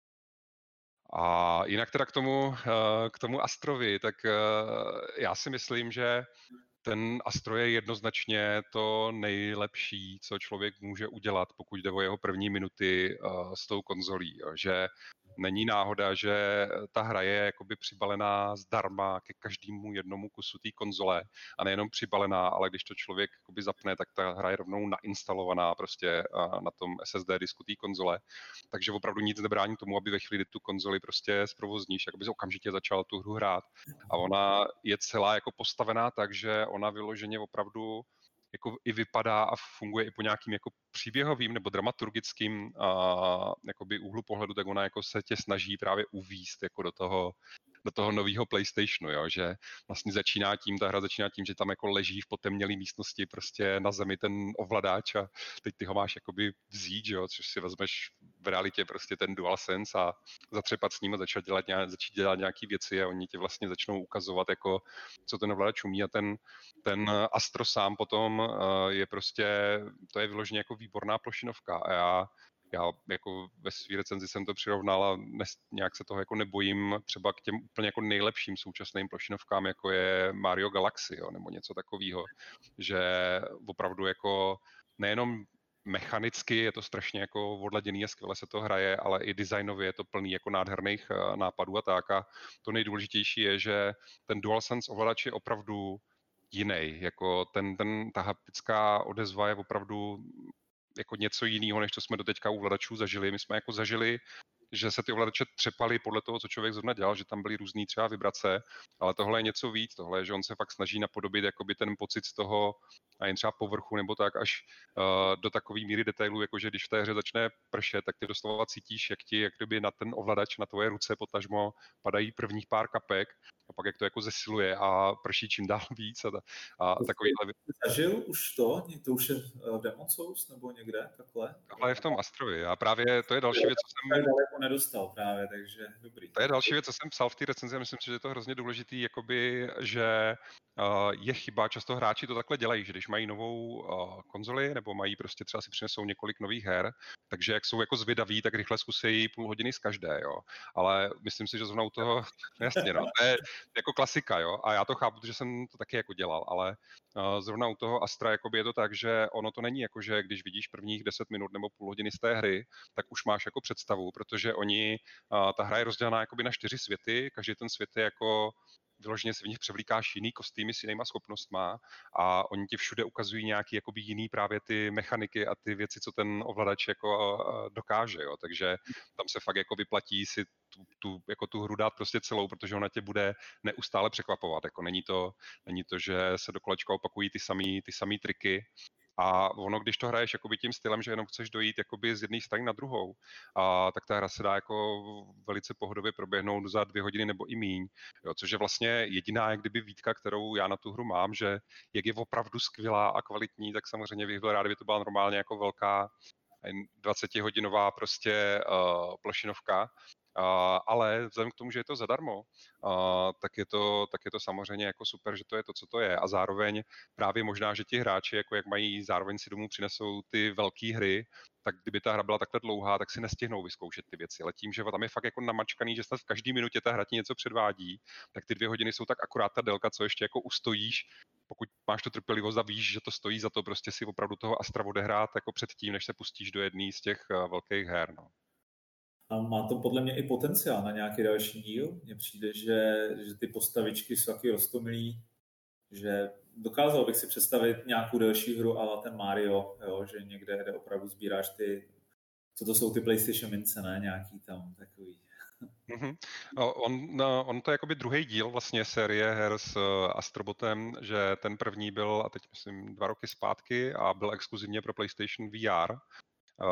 A: A jinak teda k tomu, uh, k tomu Astrovi, tak uh, já si myslím, že ten Astro je jednoznačně to nejlepší, co člověk může udělat, pokud jde o jeho první minuty uh, s tou konzolí. Jo. Že není náhoda, že ta hra je jakoby přibalená zdarma ke každému jednomu kusu té konzole. A nejenom přibalená, ale když to člověk jakoby zapne, tak ta hra je rovnou nainstalovaná prostě uh, na tom S S D disku té konzole. Takže opravdu nic nebrání tomu, aby ve chvíli, kdy tu konzoli prostě zprovozníš, jakoby okamžitě začal tu hru hrát. A ona je celá jako postavená tak, že ona vyloženě opravdu jako i vypadá a funguje i po nějakým jako příběhovým nebo dramaturgickým a, jakoby úhlu pohledu, tak ona jako se tě snaží právě uvízt jako do toho, do toho nového PlayStationu, jo, že vlastně začíná tím, ta hra začíná tím, že tam jako leží v potemnělé místnosti prostě na zemi ten ovladač a teď ty ho máš jakoby vzít, jo, což si vezmeš v realitě prostě ten DualSense a zatřepat s ním a začít dělat, nějak, začít dělat nějaký věci a oni ti vlastně začnou ukazovat, jako, co ten ovladač umí a ten, ten Astro sám potom uh, je prostě, to je vyloženě jako výborná plošinovka a já Já jako ve své recenzi jsem to přirovnal a ne, nějak se toho jako nebojím třeba k těm úplně jako nejlepším současným plošinovkám, jako je Mario Galaxy, jo, nebo něco takového, že opravdu jako nejenom mechanicky je to strašně jako odladěný a skvěle se to hraje, ale i designově je to plný jako nádherných nápadů a tak. A to nejdůležitější je, že ten DualSense ovladač je opravdu jiný. Jako ten, ten, ta haptická odezva je opravdu jako něco jiného, než to jsme doteďka u ovladačů zažili. My jsme jako zažili že se ty ovladače třepaly podle toho, co člověk zrovna dělal, že tam byly různý třeba vibrace, ale tohle je něco víc, tohle je, že on se fakt snaží napodobit jakoby ten pocit z toho a jen třeba povrchu nebo tak až uh, do takové míry detailů, jakože když v té hře začne pršet, tak ty doslova cítíš, jak ti jak kdyby na ten ovladač, na tvoje ruce potažmo padají prvních pár kapek a pak jak to jako zesiluje a prší čím dál víc a, a
B: To
A: takovýhle.
B: Zažil už to? To už je v Demon Souls nebo někde takhle?
A: Tohle je v tom Astrovi a právě to je další věc, co jsem...
B: daleko nedostal právě, takže dobrý.
A: To je další věc, co jsem psal v té recenzi a myslím si, že je to hrozně důležitý, jakoby, že uh, je chyba, často hráči to takhle dělají, že když mají novou uh, konzoli nebo mají prostě třeba si přinesou několik nových her, takže jak jsou jako zvědaví, tak rychle zkusí půl hodiny z každé, jo. Ale myslím si, že zrovna u toho, jasně, no, to je jako klasika, jo, a já to chápu, že jsem to taky jako dělal, ale uh, zrovna u toho Astra jakoby je to tak, že ono to není jako, že když vidíš prvních deset minut nebo půl hodiny z té hry, tak už máš jako představu, protože oni, uh, ta hra je rozdělená jakoby na čtyři světy, každý ten svět je jako vyloženě si v nich převlíkáš jiný kostýmy s jinýma schopnostma a oni ti všude ukazují nějaký jakoby jiný právě ty mechaniky a ty věci, co ten ovladač jako uh, dokáže, jo. Takže tam se fakt jako vyplatí si tu, tu, jako tu hru dát prostě celou, protože ona tě bude neustále překvapovat, jako není to, není to, že se do kolečka opakují ty samý, ty samý triky. A ono, když to hraješ jakoby tím stylem, že jenom chceš dojít jakoby z jedné strany na druhou, a, tak ta hra se dá jako velice pohodově proběhnout za dvě hodiny nebo i míň, jo, což je vlastně jediná jak kdyby výtka, kterou já na tu hru mám, že jak je opravdu skvělá a kvalitní, tak samozřejmě bych byl rád, kdyby to byla normálně jako velká dvacetihodinová prostě uh, plošinovka. Uh, ale vzhledem k tomu, že je to zadarmo, uh, tak, je to, tak je to samozřejmě jako super, že to je to, co to je. A zároveň právě možná, že ti hráči, jako jak mají, zároveň si domů přinesou ty velké hry, tak kdyby ta hra byla takhle dlouhá, tak si nestihnou vyzkoušet ty věci. Ale tím, že tam je fakt jako namačkaný, že snad v každý minutě ta hra ti něco předvádí, tak ty dvě hodiny jsou tak akurát ta délka, co ještě jako ustojíš, pokud máš tu trpělivost a víš, že to stojí za to prostě si opravdu toho Astra odehrát jako předtím, než se pustíš do jedné z těch uh, velkých her. No.
B: A má to podle mě i potenciál na nějaký další díl. Mně přijde, že, že ty postavičky jsou taky roztomilý, že dokázal bych si představit nějakou další hru ale ten Mario, jo, že někde, kde opravdu sbíráš ty, co to jsou ty PlayStation mince, ne? Nějaký tam takový.
A: Mm-hmm. On, no, on to je jakoby druhý díl vlastně série her s Astrobotem, že ten první byl, a teď myslím dva roky zpátky, a byl exkluzivně pro PlayStation V R. Uh,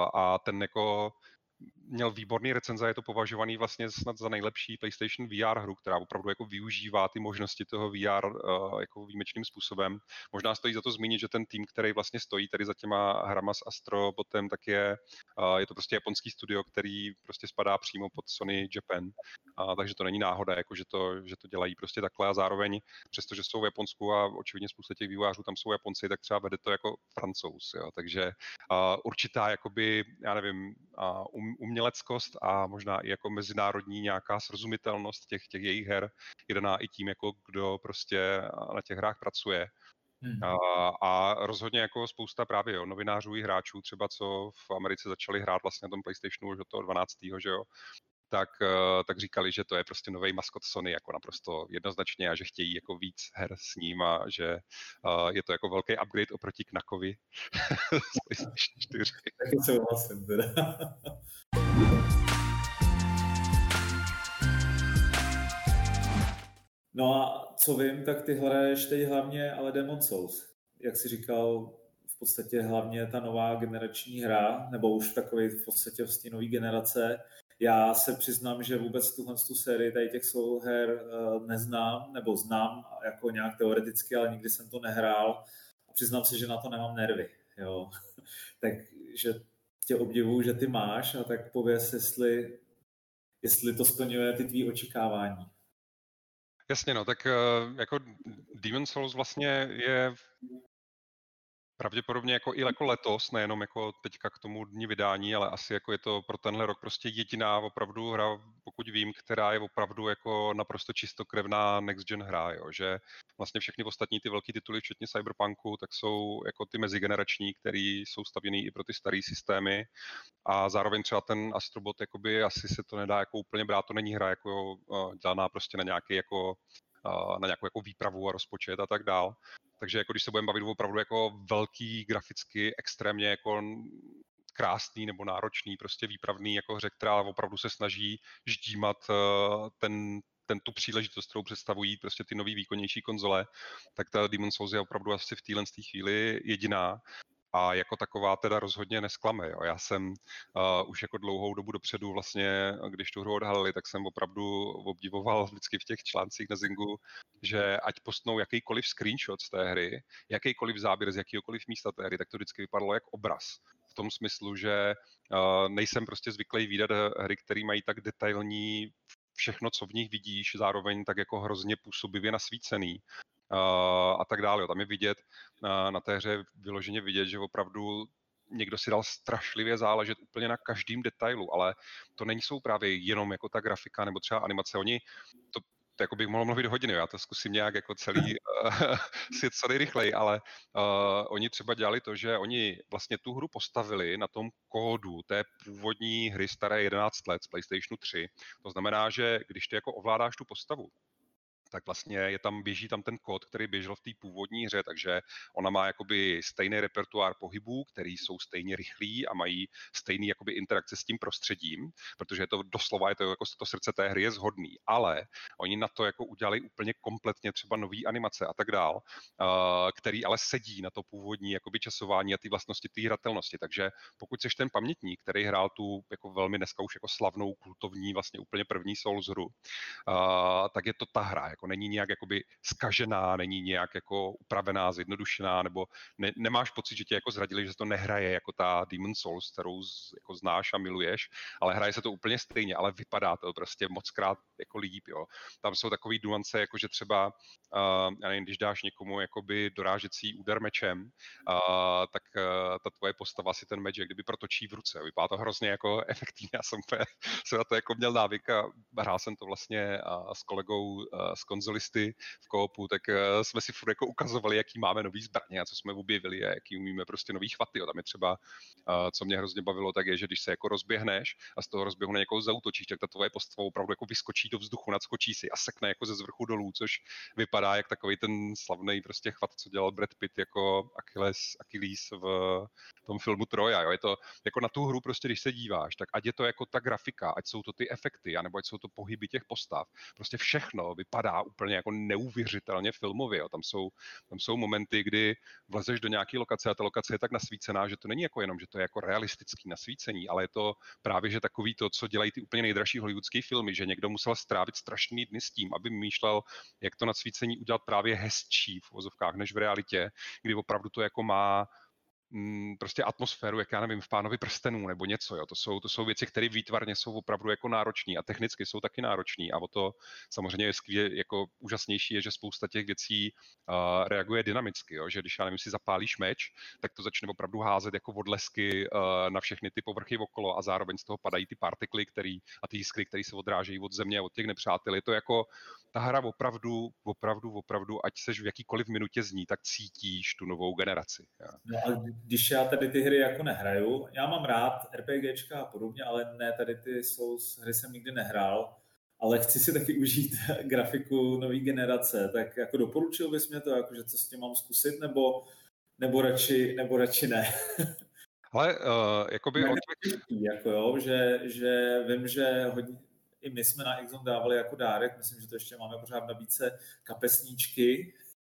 A: a ten jako měl výborný recenze, je to považovaný vlastně snad za nejlepší PlayStation V R hru, která opravdu jako využívá ty možnosti toho V R uh, jako výjimečným způsobem. Možná stojí za to zmínit, že ten tým, který vlastně stojí tady za těma hrama s Astrobotem, tak je, uh, je to prostě japonský studio, který prostě spadá přímo pod Sony Japan. Uh, takže to není náhoda, jako že, to, že to dělají prostě takhle a zároveň, přestože jsou v Japonsku a očividně spousta těch vývojářů tam jsou Japonci, tak třeba vede to jako Francouz. Jo? Takže uh, určitá jakoby, já nevím, uh, um, uměleckost a možná i jako mezinárodní nějaká srozumitelnost těch, těch jejich her je daná i tím, jako kdo prostě na těch hrách pracuje. Hmm. A, a rozhodně jako spousta právě jo, novinářů i hráčů, třeba co v Americe začali hrát vlastně na tom PlayStationu už od toho dvanáctého, že jo, tak, tak říkali, že to je prostě nový maskot Sony jako naprosto jednoznačně a že chtějí jako víc her s ním a že uh, je to jako velký upgrade oproti Knackovi z PlayStation čtyři.
B: Taky souhlasím teda. No a co vím, tak ty hraješ teď hlavně ale Demon Souls. Jak jsi říkal, v podstatě hlavně ta nová generační hra, nebo už takový v podstatě vlastně nový generace. Já se přiznám, že vůbec tuhle tu sérii tady těch Soul her neznám, nebo znám jako nějak teoreticky, ale nikdy jsem to nehrál. A přiznám se, že na to nemám nervy. Jo. Takže tě obdivuju, že ty máš, a tak pověz, jestli, jestli to splňuje ty tvý očekávání.
A: Jasně, no, tak jako Demon Souls vlastně je pravděpodobně jako i jako letos, nejenom jako teďka k tomu dní vydání, ale asi jako je to pro tenhle rok prostě jediná opravdu hra, pokud vím, která je opravdu jako naprosto čistokrevná next gen hra, jo, že vlastně všechny ostatní ty velký tituly, včetně Cyberpunku, tak jsou jako ty mezigenerační, který jsou stavěný i pro ty staré systémy a zároveň třeba ten Astrobot, jakoby asi se to nedá jako úplně brát, to není hra jako uh, dělaná prostě na nějaký jako na nějakou jako výpravu a rozpočet a tak dál. Takže jako když se budeme bavit opravdu jako velký graficky, extrémně jako krásný nebo náročný, prostě výpravný jako hře, která opravdu se snaží ždímat uh, ten, ten tu příležitost, kterou představují prostě ty nový výkonnější konzole, tak ta Demon's Souls je opravdu asi v téhle chvíli jediná. A jako taková teda rozhodně nesklame. Jo. Já jsem uh, už jako dlouhou dobu dopředu vlastně, když tu hru odhalili, tak jsem opravdu obdivoval vždycky v těch článcích na Zingu, že ať postnou jakýkoliv screenshot z té hry, jakýkoliv záběr z jakýkoliv místa té hry, tak to vždycky vypadalo jak obraz. V tom smyslu, že uh, nejsem prostě zvyklý vidět hry, které mají tak detailní všechno, co v nich vidíš, zároveň tak jako hrozně působivě nasvícený. Uh, a tak dále. Tam je vidět, uh, na té hře vyloženě vidět, že opravdu někdo si dal strašlivě záležet úplně na každém detailu, ale to nejsou právě jenom jako ta grafika nebo třeba animace. Oni, to, to jako bych mohl mluvit hodiny, já to zkusím nějak jako celý uh, sjet co nejrychleji, ale uh, oni třeba dělali to, že oni vlastně tu hru postavili na tom kódu té původní hry staré jedenáct let z PlayStationu tři. To znamená, že když ty jako ovládáš tu postavu, tak vlastně je tam, běží tam ten kód, který běžel v té původní hře, takže ona má jakoby stejný repertoár pohybů, který jsou stejně rychlí a mají stejný jakoby interakce s tím prostředím, protože je to doslova, je to jako to srdce té hry je shodný, ale oni na to jako udělali úplně kompletně třeba nový animace a tak dál, který ale sedí na to původní jakoby časování a ty vlastnosti té hratelnosti, takže pokud jsi ten pamětník, který hrál tu jako velmi dneska už jako slavnou kultovní vlastně úplně první Souls hru, tak je to ta hra, jako není nějak jakoby zkažená, není nějak jako upravená, zjednodušená, nebo ne, nemáš pocit, že tě jako zradili, že se to nehraje jako ta Demon's Souls, kterou z, jako znáš a miluješ, ale hraje se to úplně stejně, ale vypadá to prostě mockrát jako líp, jo. Tam jsou takový nuance, jako že třeba, uh, já nevím, když dáš někomu jakoby dorážecí úder mečem, uh, tak uh, ta tvoje postava si ten meč jak kdyby protočí v ruce. Vypadá to hrozně jako efektivně. Já jsem, jsem na to jako měl návyk a hrál jsem to vlastně uh, s kolegou uh, z konzolisty v koopu, tak uh, jsme si furt jako ukazovali, jaký máme nový zbraně a co jsme objevili a jaký umíme prostě nový chvaty. Jo. Tam je třeba, uh, co mě hrozně bavilo, tak je, že když se jako rozběhneš a z toho rozběhu na někoho zaútočíš, tak ta tvoje postava opravdu jako vyskočí do vzduchu, nadskočí si a sekne jako ze zvrchu dolů, což vypadá jak takový ten slavný prostě chvat, co dělal Brad Pitt jako Achilles, Achilles v tom filmu Troja. Jo. Je to jako na tu hru prostě, když se díváš, tak ať je to jako ta grafika, ať jsou to ty efekty, anebo ať jsou to pohyby těch postav, prostě všechno vypadá úplně jako neuvěřitelně filmově. Jo. Tam jsou, tam jsou momenty, kdy vlezeš do nějaké lokace a ta lokace je tak nasvícená, že to není jako jenom, že to je jako realistický nasvícení, ale je to právě, že takový to, co dělají ty úplně nejdražší hollywoodské filmy, že někdo musel strávit strašný dny s tím, aby vymýšlel, jak to nasvícení udělat právě hezčí v uvozovkách než v realitě, kdy opravdu to jako má prostě atmosféru, jak já nevím, v Pánovi prstenů nebo něco, jo. To jsou, to jsou věci, které výtvarně jsou opravdu jako náročný a technicky jsou taky náročný a o to samozřejmě je skvěle, jako úžasnější je, že spousta těch věcí uh, reaguje dynamicky, jo. Že když já nevím, si zapálíš meč, tak to začne opravdu házet jako odlesky uh, na všechny ty povrchy okolo a zároveň z toho padají ty partikly, který, a ty jiskry, které se odrážejí od země a od těch nepřátel. Je to jako ta hra opravdu, opravdu, opravdu, ať seš v jakýkoliv minutě z ní, tak cítíš tu novou generaci. Jo.
B: No a když já tady ty hry jako nehraju, já mám rád RPGčka a podobně, ale ne, tady ty Souls hry jsem nikdy nehrál, ale chci si taky užít grafiku nové generace, tak jako doporučil bys mě to, jako, že co s tím mám zkusit, nebo, nebo, radši, nebo radši ne?
A: Ale uh, jakoby...
B: Od... Jako jo, že, že vím, že hodně, i my jsme na Exxon dávali jako dárek, myslím, že to ještě máme pořád na nabídce kapesníčky.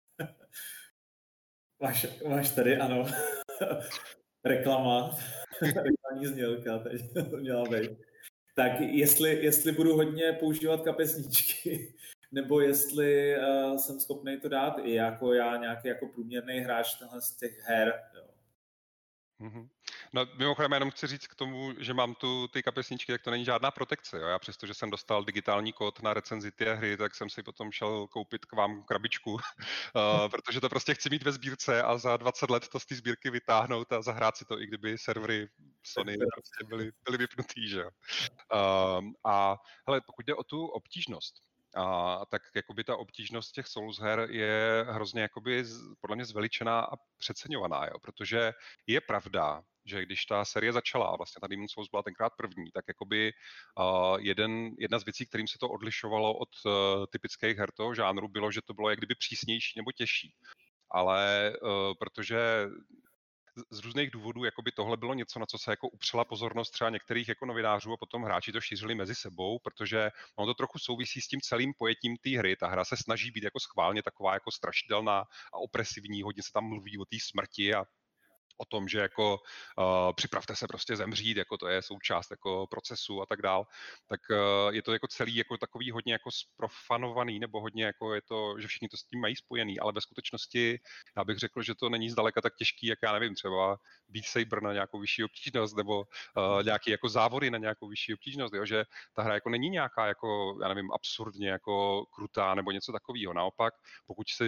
B: Máš, máš tady, ano, reklama, reklamní znělka, teď to měla být. Tak jestli, jestli budu hodně používat kapesníčky, nebo jestli uh, jsem schopný to dát i jako já nějaký jako průměrný hráč tenhle z těch her. Jo.
A: Mm-hmm. No, mimochodem, jenom chci říct k tomu, že mám tu ty kapesníčky, tak to není žádná protekce. Jo? Já přesto, že jsem dostal digitální kód na recenzi té hry, tak jsem si potom šel koupit k vám krabičku, uh, protože to prostě chci mít ve sbírce a za dvacet let to z té sbírky vytáhnout a zahrát si to, i kdyby servery Sony prostě byly, byly vypnutý. Že? Uh, a hele, pokud jde o tu obtížnost, a tak jakoby ta obtížnost těch Souls her je hrozně jakoby podle mě zveličená a přeceňovaná, jo? Protože je pravda, že když ta série začala a vlastně ta Demon's Souls byla tenkrát první, tak jakoby uh, jeden, jedna z věcí, kterým se to odlišovalo od uh, typických her toho žánru, bylo, že to bylo jak kdyby přísnější nebo těžší. Ale uh, protože z, z různých důvodů jakoby tohle bylo něco, na co se jako upřela pozornost třeba některých jako novinářů a potom hráči to šířili mezi sebou, protože ono to trochu souvisí s tím celým pojetím té hry. Ta hra se snaží být jako schválně taková jako strašidelná a opresivní, hodně se tam mluví o té smrti a o tom, že jako uh, připravte se prostě zemřít, jako to je součást jako procesu a tak dál, tak uh, je to jako celý jako takový hodně jako sprofanovaný, nebo hodně jako je to, že všichni to s tím mají spojený, ale ve skutečnosti já bych řekl, že to není zdaleka tak těžký, jak já nevím, třeba Beat Saber na nějakou vyšší obtížnost, nebo uh, nějaký jako závody na nějakou vyšší obtížnost, jo, že ta hra jako není nějaká jako, já nevím, absurdně jako krutá nebo něco takového. Naopak, pokud si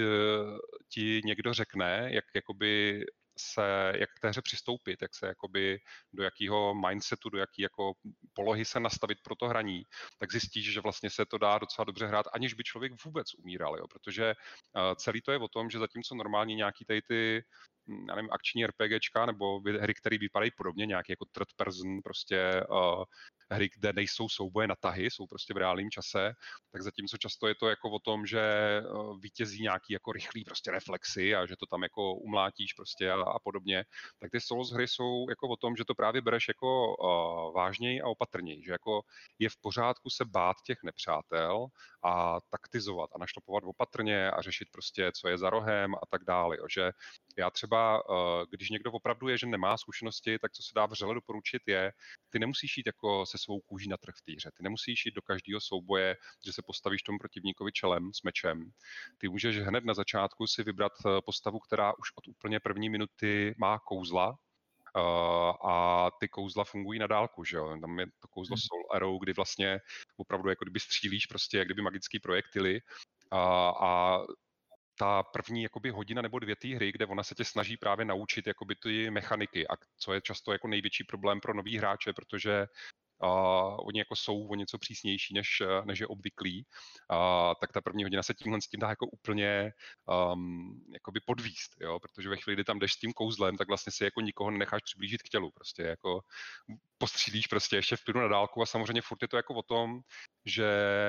A: ti někdo řekne, jak jakoby se, jak k té hře přistoupit, jak se jakoby do jakého mindsetu, do jaký jako polohy se nastavit pro to hraní, tak zjistíš, že vlastně se to dá docela dobře hrát, aniž by člověk vůbec umíral, jo? Protože uh, celý to je o tom, že zatímco normálně nějaký tady ty já nevím, akční RPGčka nebo hry, které vypadají podobně, nějaký jako third person, prostě uh, hry, kde nejsou souboje na tahy, jsou prostě v reálném čase, tak zatímco často je to jako o tom, že uh, vítězí nějaký jako rychlý prostě reflexy a že to tam jako umlátíš prostě a, a podobně, tak ty Souls hry jsou jako o tom, že to právě bereš jako uh, vážněji a opatrněji, že jako je v pořádku se bát těch nepřátel a taktizovat a našlapovat opatrně a řešit prostě, co je za rohem a tak dále, jo, že já třeba, když někdo opravdu je, že nemá zkušenosti, tak co se dá vřele doporučit je, ty nemusíš jít jako se svou kůží na trh v té hře. Ty nemusíš jít do každého souboje, že se postavíš tomu protivníkovi čelem s mečem. Ty můžeš hned na začátku si vybrat postavu, která už od úplně první minuty má kouzla, Uh, a ty kouzla fungují na dálku, že jo? Tam je to kouzlo Soul Arrow, kdy vlastně opravdu jako kdyby střílíš prostě, jak kdyby magický projektily a, a ta první jakoby hodina nebo dvě té hry, kde ona se tě snaží právě naučit jakoby ty mechaniky, a co je často jako největší problém pro nový hráče, protože Uh, oni jako jsou o něco přísnější, než, než je obvyklý, uh, tak ta první hodina se tímhle s tím dá jako úplně um, jakoby podvíst, jo? Protože ve chvíli, kdy tam jdeš s tím kouzlem, tak vlastně si jako nikoho nenecháš přiblížit k tělu, prostě jako postřílíš prostě ještě v klidu na dálku a samozřejmě furt je to jako o tom, že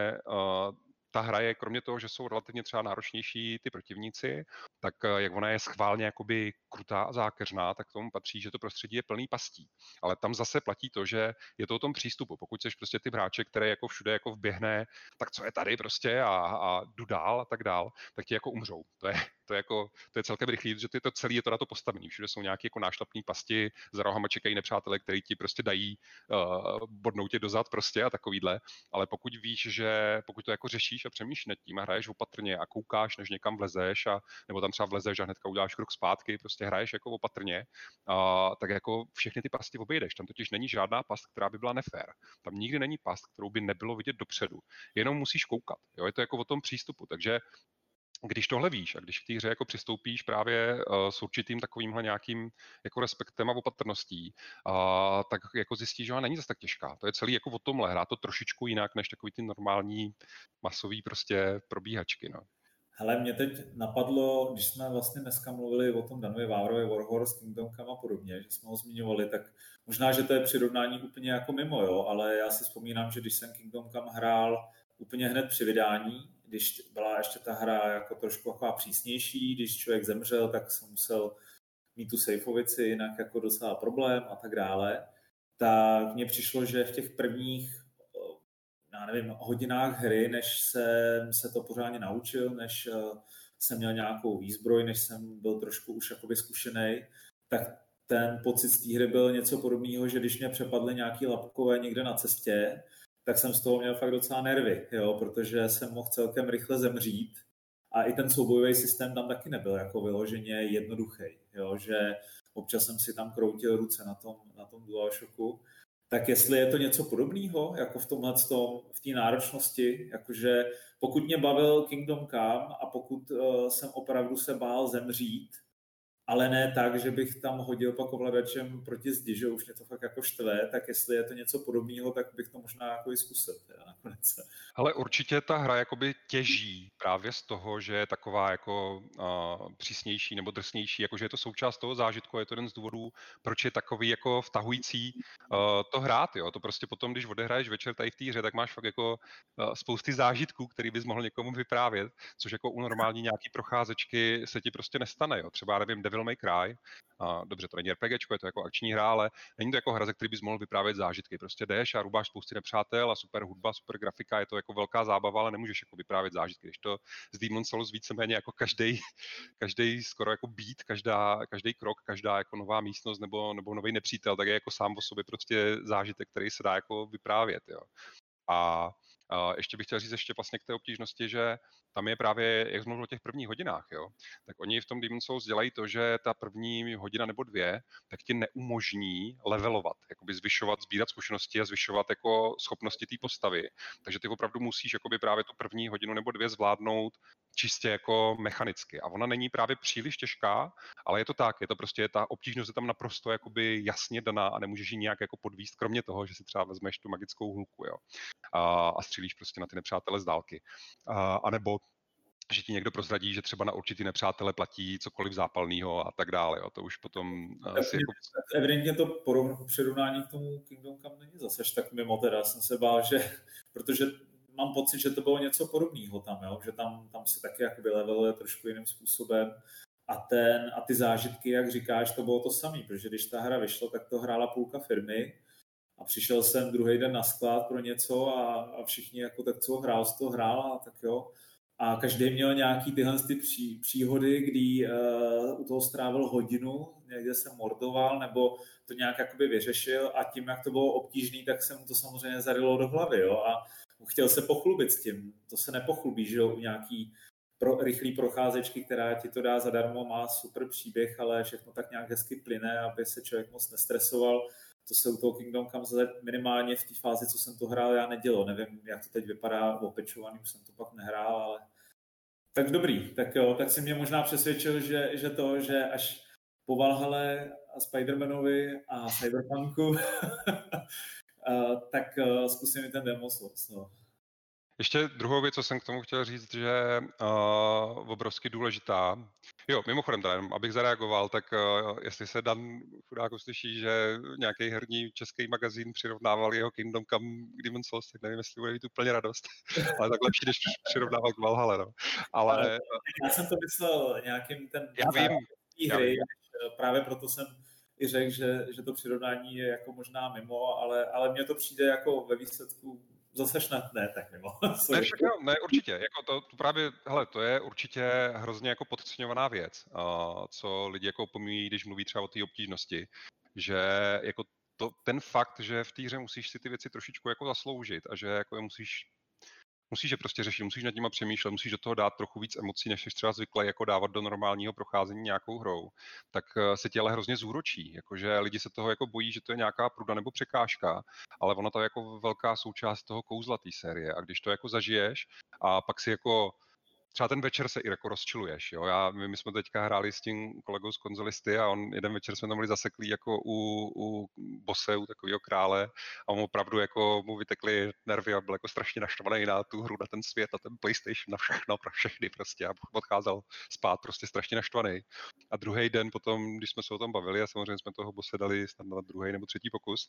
A: uh, ta hra je, kromě toho, že jsou relativně třeba náročnější ty protivníci, tak jak ona je schválně jakoby krutá a zákeřná, tak k tomu patří, že to prostředí je plný pastí. Ale tam zase platí to, že je to o tom přístupu. Pokud jsi prostě ty hráče, které jako všude jako vběhne, tak co je tady prostě a, a jdu dál a tak dál, tak ti jako umřou. To je, to je, jako, to je celkem rychlý, že ty to celý je to na to postavený. Všude jsou nějaké jako nášlapné pasti, za rohama čekají nepřátelé, kteří ti prostě dají uh, bodnou tě dozad prostě a takovýhle. Ale pokud víš, že pokud to jako řešíš a přemýšlíš nad tím a hraješ opatrně a koukáš, než někam vlezeš, a, nebo tam třeba vlezeš a hnedka uděláš krok zpátky, prostě hraješ jako opatrně, a, tak jako všechny ty pasti obejdeš. Tam totiž není žádná past, která by byla nefér. Tam nikdy není past, kterou by nebylo vidět dopředu. Jenom musíš koukat. Jo? Je to jako o tom přístupu. Takže když tohle víš a když k té hře jako přistoupíš právě uh, s určitým takovýmhle nějakým jako respektem a opatrností, uh, tak jako zjistíš, že ona není zase tak těžká. To je celý jako o tomhle. Hrát to trošičku jinak než takový ty normální masový prostě probíhačky. No.
B: Hele, mě teď napadlo, když jsme vlastně dneska mluvili o tom Danově Vávrově Warhorse, Kingdom Come a podobně, že jsme ho zmiňovali, tak možná, že to je přirovnání úplně jako mimo, jo, ale já si vzpomínám, že když jsem Kingdom Come hrál úplně hned při vydání, když byla ještě ta hra jako trošku taková přísnější, když člověk zemřel, tak jsem musel mít tu sejfovici, jinak jako docela problém a tak dále, tak mně přišlo, že v těch prvních já nevím, hodinách hry, než jsem se to pořádně naučil, než jsem měl nějakou výzbroj, než jsem byl trošku už jakoby zkušenej, tak ten pocit z té hry byl něco podobného, že když mě přepadly nějaký lapkové někde na cestě, tak jsem z toho měl fakt docela nervy, jo, protože jsem mohl celkem rychle zemřít a i ten soubojový systém tam taky nebyl jako vyloženě jednoduchý, jo, že občas jsem si tam kroutil ruce na tom, na tom DualShocku. Tak jestli je to něco podobného, jako v tomhle tom, v té náročnosti, jakože pokud mě bavil Kingdom Come a pokud uh, jsem opravdu se bál zemřít, ale ne tak, že bych tam hodil pak ovladačem proti zdi, že už mě to fakt jako štve, tak jestli je to něco podobného, tak bych to možná jako i zkusil teda nakonec.
A: Ale určitě ta hra jakoby těží právě z toho, že je taková jako uh, přísnější nebo drsnější, jakože je to součást toho zážitku a je to jeden z důvodů, proč je takový jako vtahující uh, to hrát, jo. To prostě potom, když odehraješ večer tady v té hře, tak máš fakt jako uh, spousty zážitků, který bys mohl někomu vyprávět, což jako u normální nějaký procházečky se ti prostě nestane, jo. Třeba, nevím, Devil May Cry. A dobře, to není RPGčko, je to jako akční hra, ale není to jako hra, ze který bys mohl vyprávět zážitky. Prostě jdeš a rubáš spousty nepřátel a super hudba, super grafika, je to jako velká zábava, ale nemůžeš jako vyprávět zážitky. Když to z Demon's Souls víceméně jako každý, každý skoro jako beat, každá, každý krok, každá jako nová místnost nebo, nebo nový nepřítel, tak je jako sám o sobě prostě zážitek, který se dá jako vyprávět. Jo. A a ještě bych chtěl říct ještě vlastně k té obtížnosti, že tam je právě, jak jsme mluvili o těch prvních hodinách, jo, tak oni v tom Demon's Souls dělají to, že ta první hodina nebo dvě, tak ti neumožní levelovat, jakoby zvyšovat, sbírat zkušenosti a zvyšovat jako schopnosti té postavy. Takže ty opravdu musíš jakoby právě tu první hodinu nebo dvě zvládnout čistě jako mechanicky. A ona není právě příliš těžká, ale je to tak, je to prostě, ta obtížnost je tam naprosto jakoby jasně daná a nemůžeš ji nějak jako podvíst, kromě toho, že si třeba vezmeš tu magickou hulku, jo. A, a střílíš prostě na ty nepřátele z dálky. A, a nebo že ti někdo prozradí, že třeba na určitý nepřátele platí cokoliv zápalného a tak dále. Jo. To už potom asi jako...
B: Evidentně to porovn- přirovnání k tomu Kingdom Come není zase tak mimo, teda jsem se bál, že, protože mám pocit, že to bylo něco podobného tam, jo? Že tam, tam se taky jakoby leveluje trošku jiným způsobem a, ten, a ty zážitky, jak říkáš, to bylo to samé, protože když ta hra vyšla, tak to hrála půlka firmy a přišel jsem druhý den na sklad pro něco a, a všichni jako tak co hrál, z toho hrál a tak jo. A každý měl nějaký tyhle ty pří, příhody, kdy uh, u toho strávil hodinu, někde se mordoval nebo to nějak jakoby vyřešil a tím, jak to bylo obtížný, tak se mu to samozřejmě zarilo do hlavy, jo. A chtěl se pochlubit s tím. To se nepochlubí, že jo, u nějaký pro, rychlý procházečky, která ti to dá zadarmo, má super příběh, ale všechno tak nějak hezky plyne, aby se člověk moc nestresoval. To se u toho Kingdom Come minimálně v té fázi, co jsem to hrál, já nedělo. Nevím, jak to teď vypadá opečovaným, jsem to pak nehrál, ale tak dobrý. Tak jo, tak si mě možná přesvědčil, že, že to, že až po Valhalle a Spider-Manovi a Cyberpunku Uh, tak uh, zkusím i ten Demon's Souls. No.
A: Ještě druhou věc, co jsem k tomu chtěl říct, že uh, obrovsky důležitá. Jo, mimochodem, teda, abych zareagoval, tak uh, jestli se Dan chudák uslyší, že nějaký herní český magazín přirovnával jeho Kingdom Come k Demon's Souls, tak nevím, jestli bude mít úplně radost. Ale tak lepší, než přirovnával k Valhalle, no. Ale...
B: Já jsem to myslel nějakým ten...
A: Já vím.
B: Já hry, vím. Právě proto jsem i řekl, že, že to přirovnání je jako možná mimo, ale, ale mně to přijde jako ve výsledku zase snad ne, tak mimo.
A: Ne, všechno, ne, určitě. Jako to, to právě, hele, to je určitě hrozně jako podceňovaná věc, uh, co lidi jako opomíjí, když mluví třeba o té obtížnosti, že jako to, ten fakt, že v té hře musíš si ty věci trošičku jako zasloužit a že jako je musíš Musíš je prostě řešit, musíš nad nima přemýšlet, musíš do toho dát trochu víc emocí, než jsi třeba zvyklý jako dávat do normálního procházení nějakou hrou, tak se ti ale hrozně zúročí, jakože lidi se toho jako bojí, že to je nějaká pruda nebo překážka, ale ono to je jako velká součást toho kouzla té série a když to jako zažiješ a pak si jako třeba ten večer se i jako rozčiluješ, jo. Já, my, my jsme teďka hráli s tím kolegou z konzolisty a on jeden večer jsme tam byli zaseklí jako u, u bose, u takového krále a on opravdu jako mu vytekly nervy a byl jako strašně naštvaný na tu hru, na ten svět, na ten PlayStation, na všechno, pro všechny prostě a odcházel spát prostě strašně naštvaný. A druhý den potom, když jsme se o tom bavili a samozřejmě jsme toho bose dali snad na druhý nebo třetí pokus,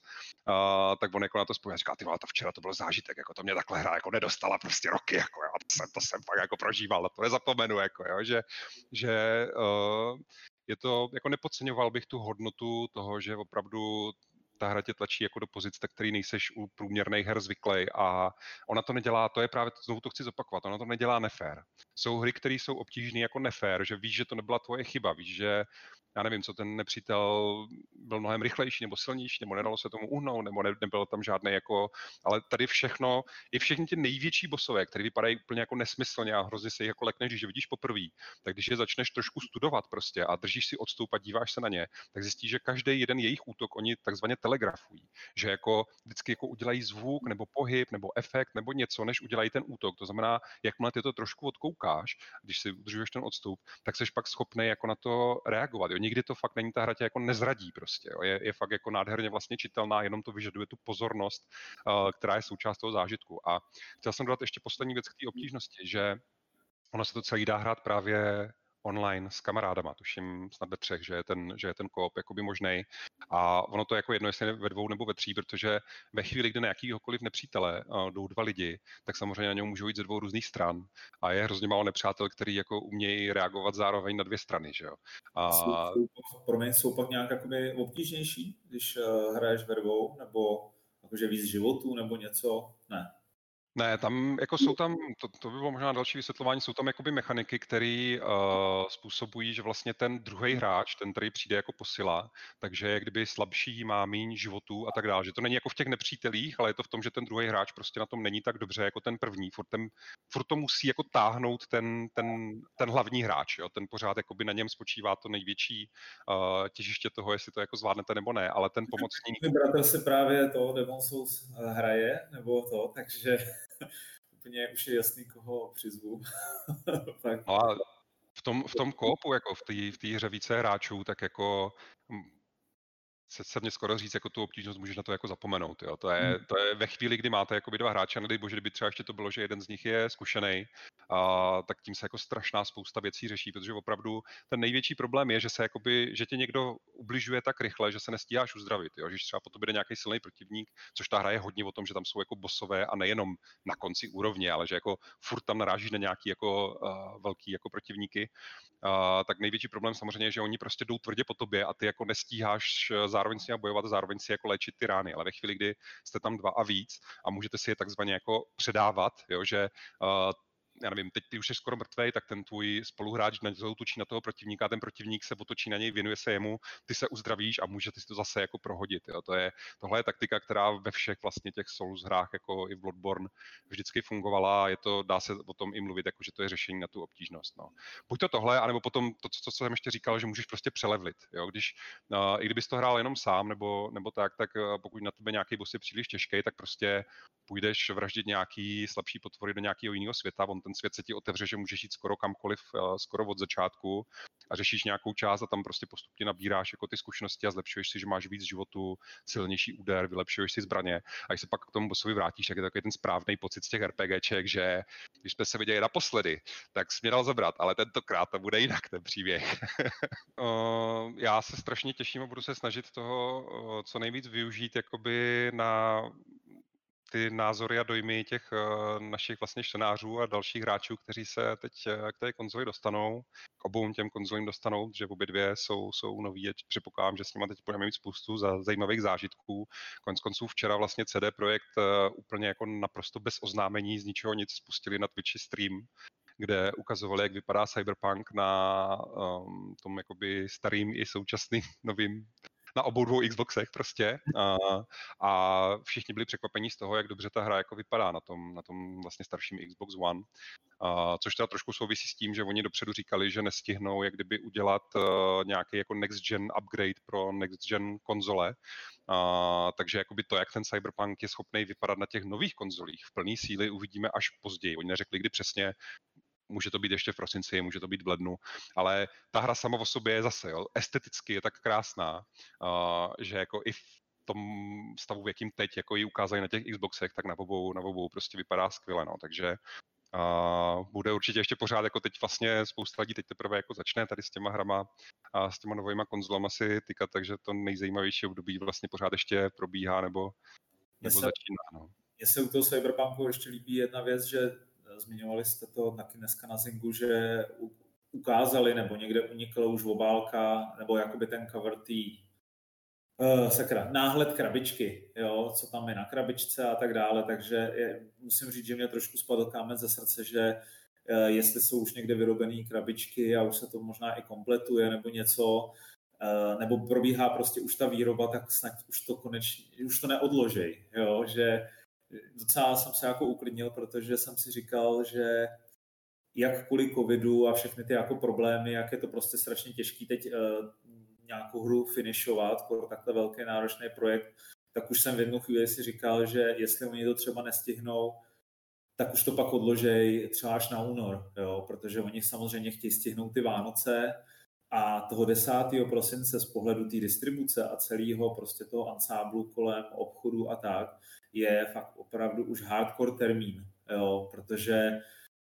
A: a, tak on jako na to vzpomněl, říká, ty vole, to včera to byl zážitek, jako to mě takhle hra jako nedostala prostě roky, jako jo, to jsem, to jsem fakt jako prožíval. Na to nezapomenu, jako, jo, že, že uh, je to, jako nepodceňoval bych tu hodnotu toho, že opravdu ta hra tě tlačí jako do pozic, tak který nejseš u průměrných her zvyklej a ona to nedělá, to je právě, znovu to chci zopakovat, ona to nedělá nefér. Jsou hry, které jsou obtížné jako nefér, že víš, že to nebyla tvoje chyba, víš, že já nevím, co ten nepřítel byl mnohem rychlejší nebo silnější, nebo nedalo se tomu uhnout, nebo ne, nebyl tam žádný jako, ale tady všechno, i všechny ty největší bossové, které vypadají úplně jako nesmyslně a hrozně se jich jako lekneš, když je vidíš poprvé, tak když je začneš trošku studovat prostě a držíš si odstup a díváš se na ně, tak zjistíš, že každý jeden jejich útok oni takzvaně telegrafují, že jako vždycky jako udělají zvuk nebo pohyb nebo efekt nebo něco, než udělají ten útok. To znamená, jakmile ty to trošku odkoukáš, když si udržuješ ten odstup, tak seš pak schopný jako na to reagovat. Jo. Nikdy to fakt není, ta hra tě jako nezradí prostě. Jo. Je, je fakt jako nádherně vlastně čitelná, jenom to vyžaduje tu pozornost, uh, která je součást toho zážitku. A chtěl jsem dodat ještě poslední věc k té obtížnosti, že ono se to celý dá hrát právě online s kamarádama, tuším snad ve třech, že je ten, že je ten koop jakoby možnej. A ono to je jako jedno, jestli ve dvou nebo ve tří, protože ve chvíli, kdy na jakýhokoliv nepřítele uh, jdou dva lidi, tak samozřejmě na něm můžou jít ze dvou různých stran. A je hrozně málo nepřátel, který jako umějí reagovat zároveň na dvě strany, že jo. A...
B: Jsou, jsou, pro mě jsou pak nějak jakoby obtížnější, když uh, hraješ ve dvou, nebo jakože víc životů, nebo něco? Ne.
A: Ne, tam jako jsou tam, to, to by bylo možná další vysvětlování, jsou tam jakoby mechaniky, které uh, způsobují, že vlastně ten druhý hráč, ten, který přijde jako posila, takže je kdyby slabší, má míň životů a tak dále. Že to není jako v těch nepřítelích, ale je to v tom, že ten druhý hráč prostě na tom není tak dobře jako ten první. Furt, ten, furt to musí jako táhnout ten, ten, ten hlavní hráč. Jo? Ten pořád jakoby na něm spočívá to největší uh, těžiště toho, jestli to jako zvládnete nebo ne, ale ten pomocník...
B: Můj bratr se právě to Demon Souls hraje, nebo to, takže... Úplně už je jasný, koho přizvu. Tak.
A: No a v tom, v tom koopu, jako v té v té hře více hráčů, tak jako se, se mě skoro říct, jako tu obtížnost můžeš na to jako zapomenout. Jo. To, je, to je ve chvíli, kdy máte jakoby dva hráče, nedej bože, kdyby třeba ještě to bylo, že jeden z nich je zkušený, a tak tím se jako strašná spousta věcí řeší, protože opravdu ten největší problém je, že se jakoby, že tě někdo ubližuje tak rychle, že se nestíháš uzdravit. Jo. Že třeba potom bude nějaký silný protivník, což ta hra je hodně o tom, že tam jsou jako bossové a nejenom na konci úrovně, ale že jako furt tam narážíš na nějaký jako uh, velký jako protivníky. Uh, tak největší problém samozřejmě je, že oni prostě jdou tvrdě po tobě a ty jako nestíháš zároveň s nimi bojovat a zároveň si jako léčit ty rány. Ale ve chvíli, kdy jste tam dva a víc a můžete si je takzvaně jako předávat, jo, že uh, já nevím, teď ty už jsi skoro mrtvej, tak ten tvůj spoluhráč zautočí na toho protivníka, ten protivník se otočí na něj, věnuje se jemu, ty se uzdravíš a můžete si to zase jako prohodit. Jo. To je, tohle je taktika, která ve všech vlastně těch Souls hrách, jako i v Bloodborne, vždycky fungovala a je to, dá se o tom i mluvit, jako že to je řešení na tu obtížnost. No. Buď to tohle, anebo potom to, co, co jsem ještě říkal, že můžeš prostě přelevlit. Jo. Když, uh, i kdybys to hrál jenom sám, nebo, nebo tak, tak uh, pokud na tebe nějaký boss je příliš těžký, tak prostě půjdeš vraždit nějaký slabší potvory do nějakého jiného světa, on ten svět se ti otevře, že můžeš jít skoro kamkoliv, skoro od začátku a řešíš nějakou část a tam prostě postupně nabíráš jako ty zkušenosti a zlepšuješ si, že máš víc životu, silnější úder, vylepšuješ si zbraně a když se pak k tomu bossovi vrátíš, tak je takový ten správný pocit z těch RPGček, že když jsme se viděli naposledy, tak jsi mě dal zabrat, ale tentokrát to bude jinak ten příběh. Já se strašně těším a budu se snažit toho co nejvíc využít jakoby na ty názory a dojmy těch uh, našich vlastně čtenářů a dalších hráčů, kteří se teď uh, k té konzoli dostanou, k obou těm konzolím dostanou, že obě dvě jsou, jsou nový a předpokládám, že s nimi teď budeme mít spoustu za, zajímavých zážitků. Konec konců včera vlastně C D Projekt uh, úplně jako naprosto bez oznámení z ničeho nic spustili na Twitchi stream, kde ukazovali, jak vypadá Cyberpunk na um, tom jakoby starým i současným novým na obou dvou Xboxech prostě a, a všichni byli překvapení z toho, jak dobře ta hra jako vypadá na tom, na tom vlastně starším Xbox One, a, což teda trošku souvisí s tím, že oni dopředu říkali, že nestihnou jak kdyby udělat uh, nějaký jako next gen upgrade pro next gen konzole, a, takže jakoby to, jak ten Cyberpunk je schopný vypadat na těch nových konzolích v plný síly, uvidíme až později. Oni neřekli, kdy přesně. Může to být ještě v prosinci, může to být v lednu, ale ta hra sama o sobě je zase, jo, esteticky je tak krásná, uh, že jako i v tom stavu, v jakým teď jako ji ukázali na těch Xboxech, tak na obou, na obou prostě vypadá skvěle, no, takže uh, bude určitě ještě pořád, jako teď vlastně spousta lidí teď teprve jako začne tady s těma hrama a s těma novýma konzolama si tykat, takže to nejzajímavější období vlastně pořád ještě probíhá nebo, nebo začíná, no.
B: Mně se u toho Cyberpunku ještě líbí jedna věc, že zmiňovali jste to taky dneska na Zingu, že ukázali, nebo někde unikla už obálka, nebo jakoby ten cover tý uh, sakra, náhled krabičky, jo, co tam je na krabičce a tak dále, takže je, musím říct, že mě trošku spadl kámen ze srdce, že uh, jestli jsou už někde vyrobené krabičky a už se to možná i kompletuje nebo něco, uh, nebo probíhá prostě už ta výroba, tak snad už to konečně, už to neodložej, jo, že docela jsem se jako uklidnil, protože jsem si říkal, že jak kvůli covidu a všechny ty jako problémy, jak je to prostě strašně těžký teď uh, nějakou hru finishovat, pro takhle velký náročný projekt, tak už jsem v jednu chvíli si říkal, že jestli oni to třeba nestihnou, tak už to pak odložej třeba až na únor, jo? Protože oni samozřejmě chtějí stihnout ty Vánoce a toho desátého prosince z pohledu té distribuce a celého prostě toho ansáblu kolem obchodu a tak je fakt opravdu už hardcore termín, jo? Protože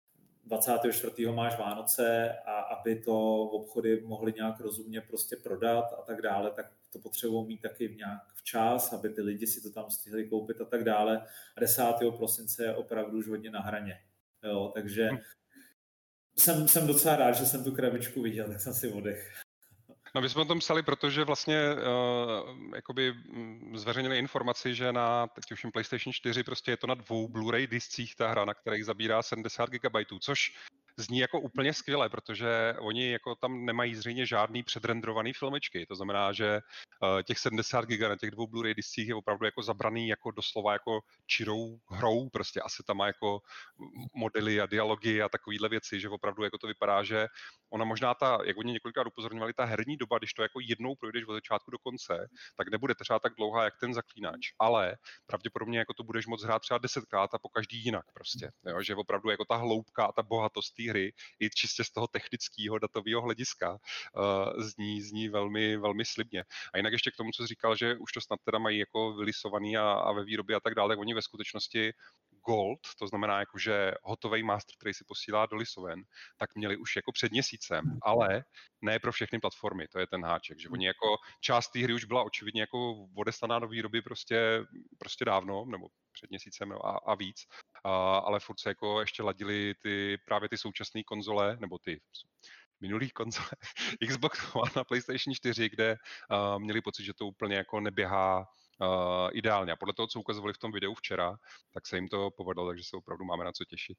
B: dvacátého čtvrtého máš Vánoce a aby to obchody mohly nějak rozumně prostě prodat a tak dále, tak to potřebují mít taky v nějak včas, aby ty lidi si to tam stihli koupit a tak dále. A desátého prosince je opravdu už hodně na hraně. Jo, takže hm. jsem, jsem docela rád, že jsem tu krabičku viděl, tak jsem si oddech.
A: No my jsme o tom psali, protože vlastně uh, jakoby zveřejnili informaci, že na teď už PlayStation čtyři prostě je to na dvou Blu-ray discích ta hra, na kterých zabírá sedmdesát gigabajtů, což zní jako úplně skvěle, protože oni jako tam nemají zřejmě žádný předrendrovaný filmečky. To znamená, že uh, těch sedmdesát giga na těch dvou Blu-ray discích je opravdu jako zabraný jako doslova jako čirou hrou. Prostě asi tam má jako modely a dialogy a takovýhle věci, že opravdu jako to vypadá, že ona možná ta, jak oni několikrát upozorňovali, ta herní doba, když to jako jednou projdeš od začátku do konce, tak nebude třeba tak dlouhá, jak ten Zaklínač. Ale pravděpodobně jako to budeš moc hrát třeba desetkrát a po každý jinak prostě. Jo? Že opravdu jako ta hloubka a ta bohatost té hry i čistě z toho technického datového hlediska uh, zní, zní velmi, velmi slibně. A jinak ještě k tomu, co jsi říkal, že už to snad teda mají jako vylisovaný a, a ve výrobě a tak dále, tak oni ve skutečnosti Gold, to znamená jako, že hotový master, který si posílá do lisoven, tak měli už jako před měsícem, ale ne pro všechny platformy, to je ten háček, že oni jako část té hry už byla očividně jako odeslaná do výroby prostě, prostě dávno, nebo před měsícem a, a víc, a, ale furt se jako ještě ladili ty, právě ty současné konzole, nebo ty minulých konzole Xbox One na PlayStation čtyři, kde uh, měli pocit, že to úplně jako neběhá Uh, ideálně. A podle toho, co ukazovali v tom videu včera, tak se jim to povedlo, takže se opravdu máme na co těšit.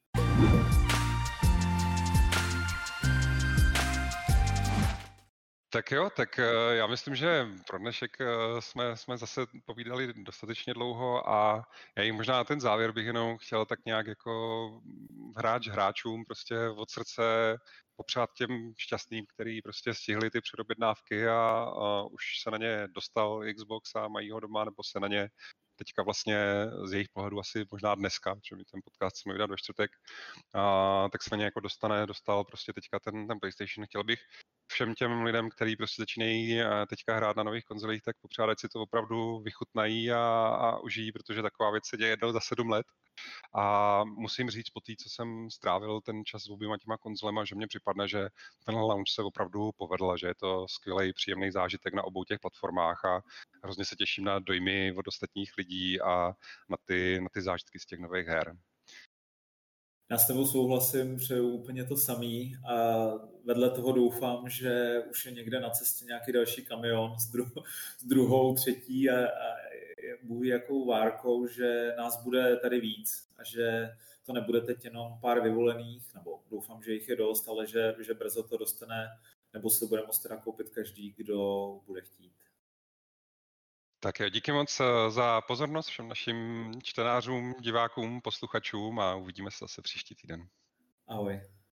A: Tak jo, tak uh, já myslím, že pro dnešek uh, jsme, jsme zase povídali dostatečně dlouho a já jim možná na ten závěr bych jenom chtěl tak nějak jako hráč hráčům prostě od srdce popřát těm šťastným, který prostě stihli ty předobjednávky a, a už se na ně dostal Xbox a mají ho doma, nebo se na ně teďka vlastně z jejich pohledu asi možná dneska, protože my ten podcast jsme vydali ve čtvrtek, a, tak se na ně jako dostane, dostal prostě teďka ten, ten PlayStation. Chtěl bych všem těm lidem, kteří prostě začínají teďka hrát na nových konzolích, tak popřát, ať si to opravdu vychutnají a, a užijí, protože taková věc se děje jednou za sedm let. A musím říct po té, co jsem strávil ten čas s oběma těma konzolema, že mně připadne, že ten launch se opravdu povedl a že je to skvělý, příjemný zážitek na obou těch platformách a hrozně se těším na dojmy od ostatních lidí a na ty, na ty zážitky z těch nových her.
B: Já s tebou souhlasím, přeju úplně to samý a vedle toho doufám, že už je někde na cestě nějaký další kamion s, dru- s druhou, třetí a, a Bůh ví jakou várkou, že nás bude tady víc a že to nebude teď jenom pár vyvolených, nebo doufám, že jich je dost, ale že, že brzo to dostane, nebo se bude moct teda koupit každý, kdo bude chtít.
A: Tak jo, díky moc za pozornost všem našim čtenářům, divákům, posluchačům a uvidíme se zase příští týden.
B: Ahoj.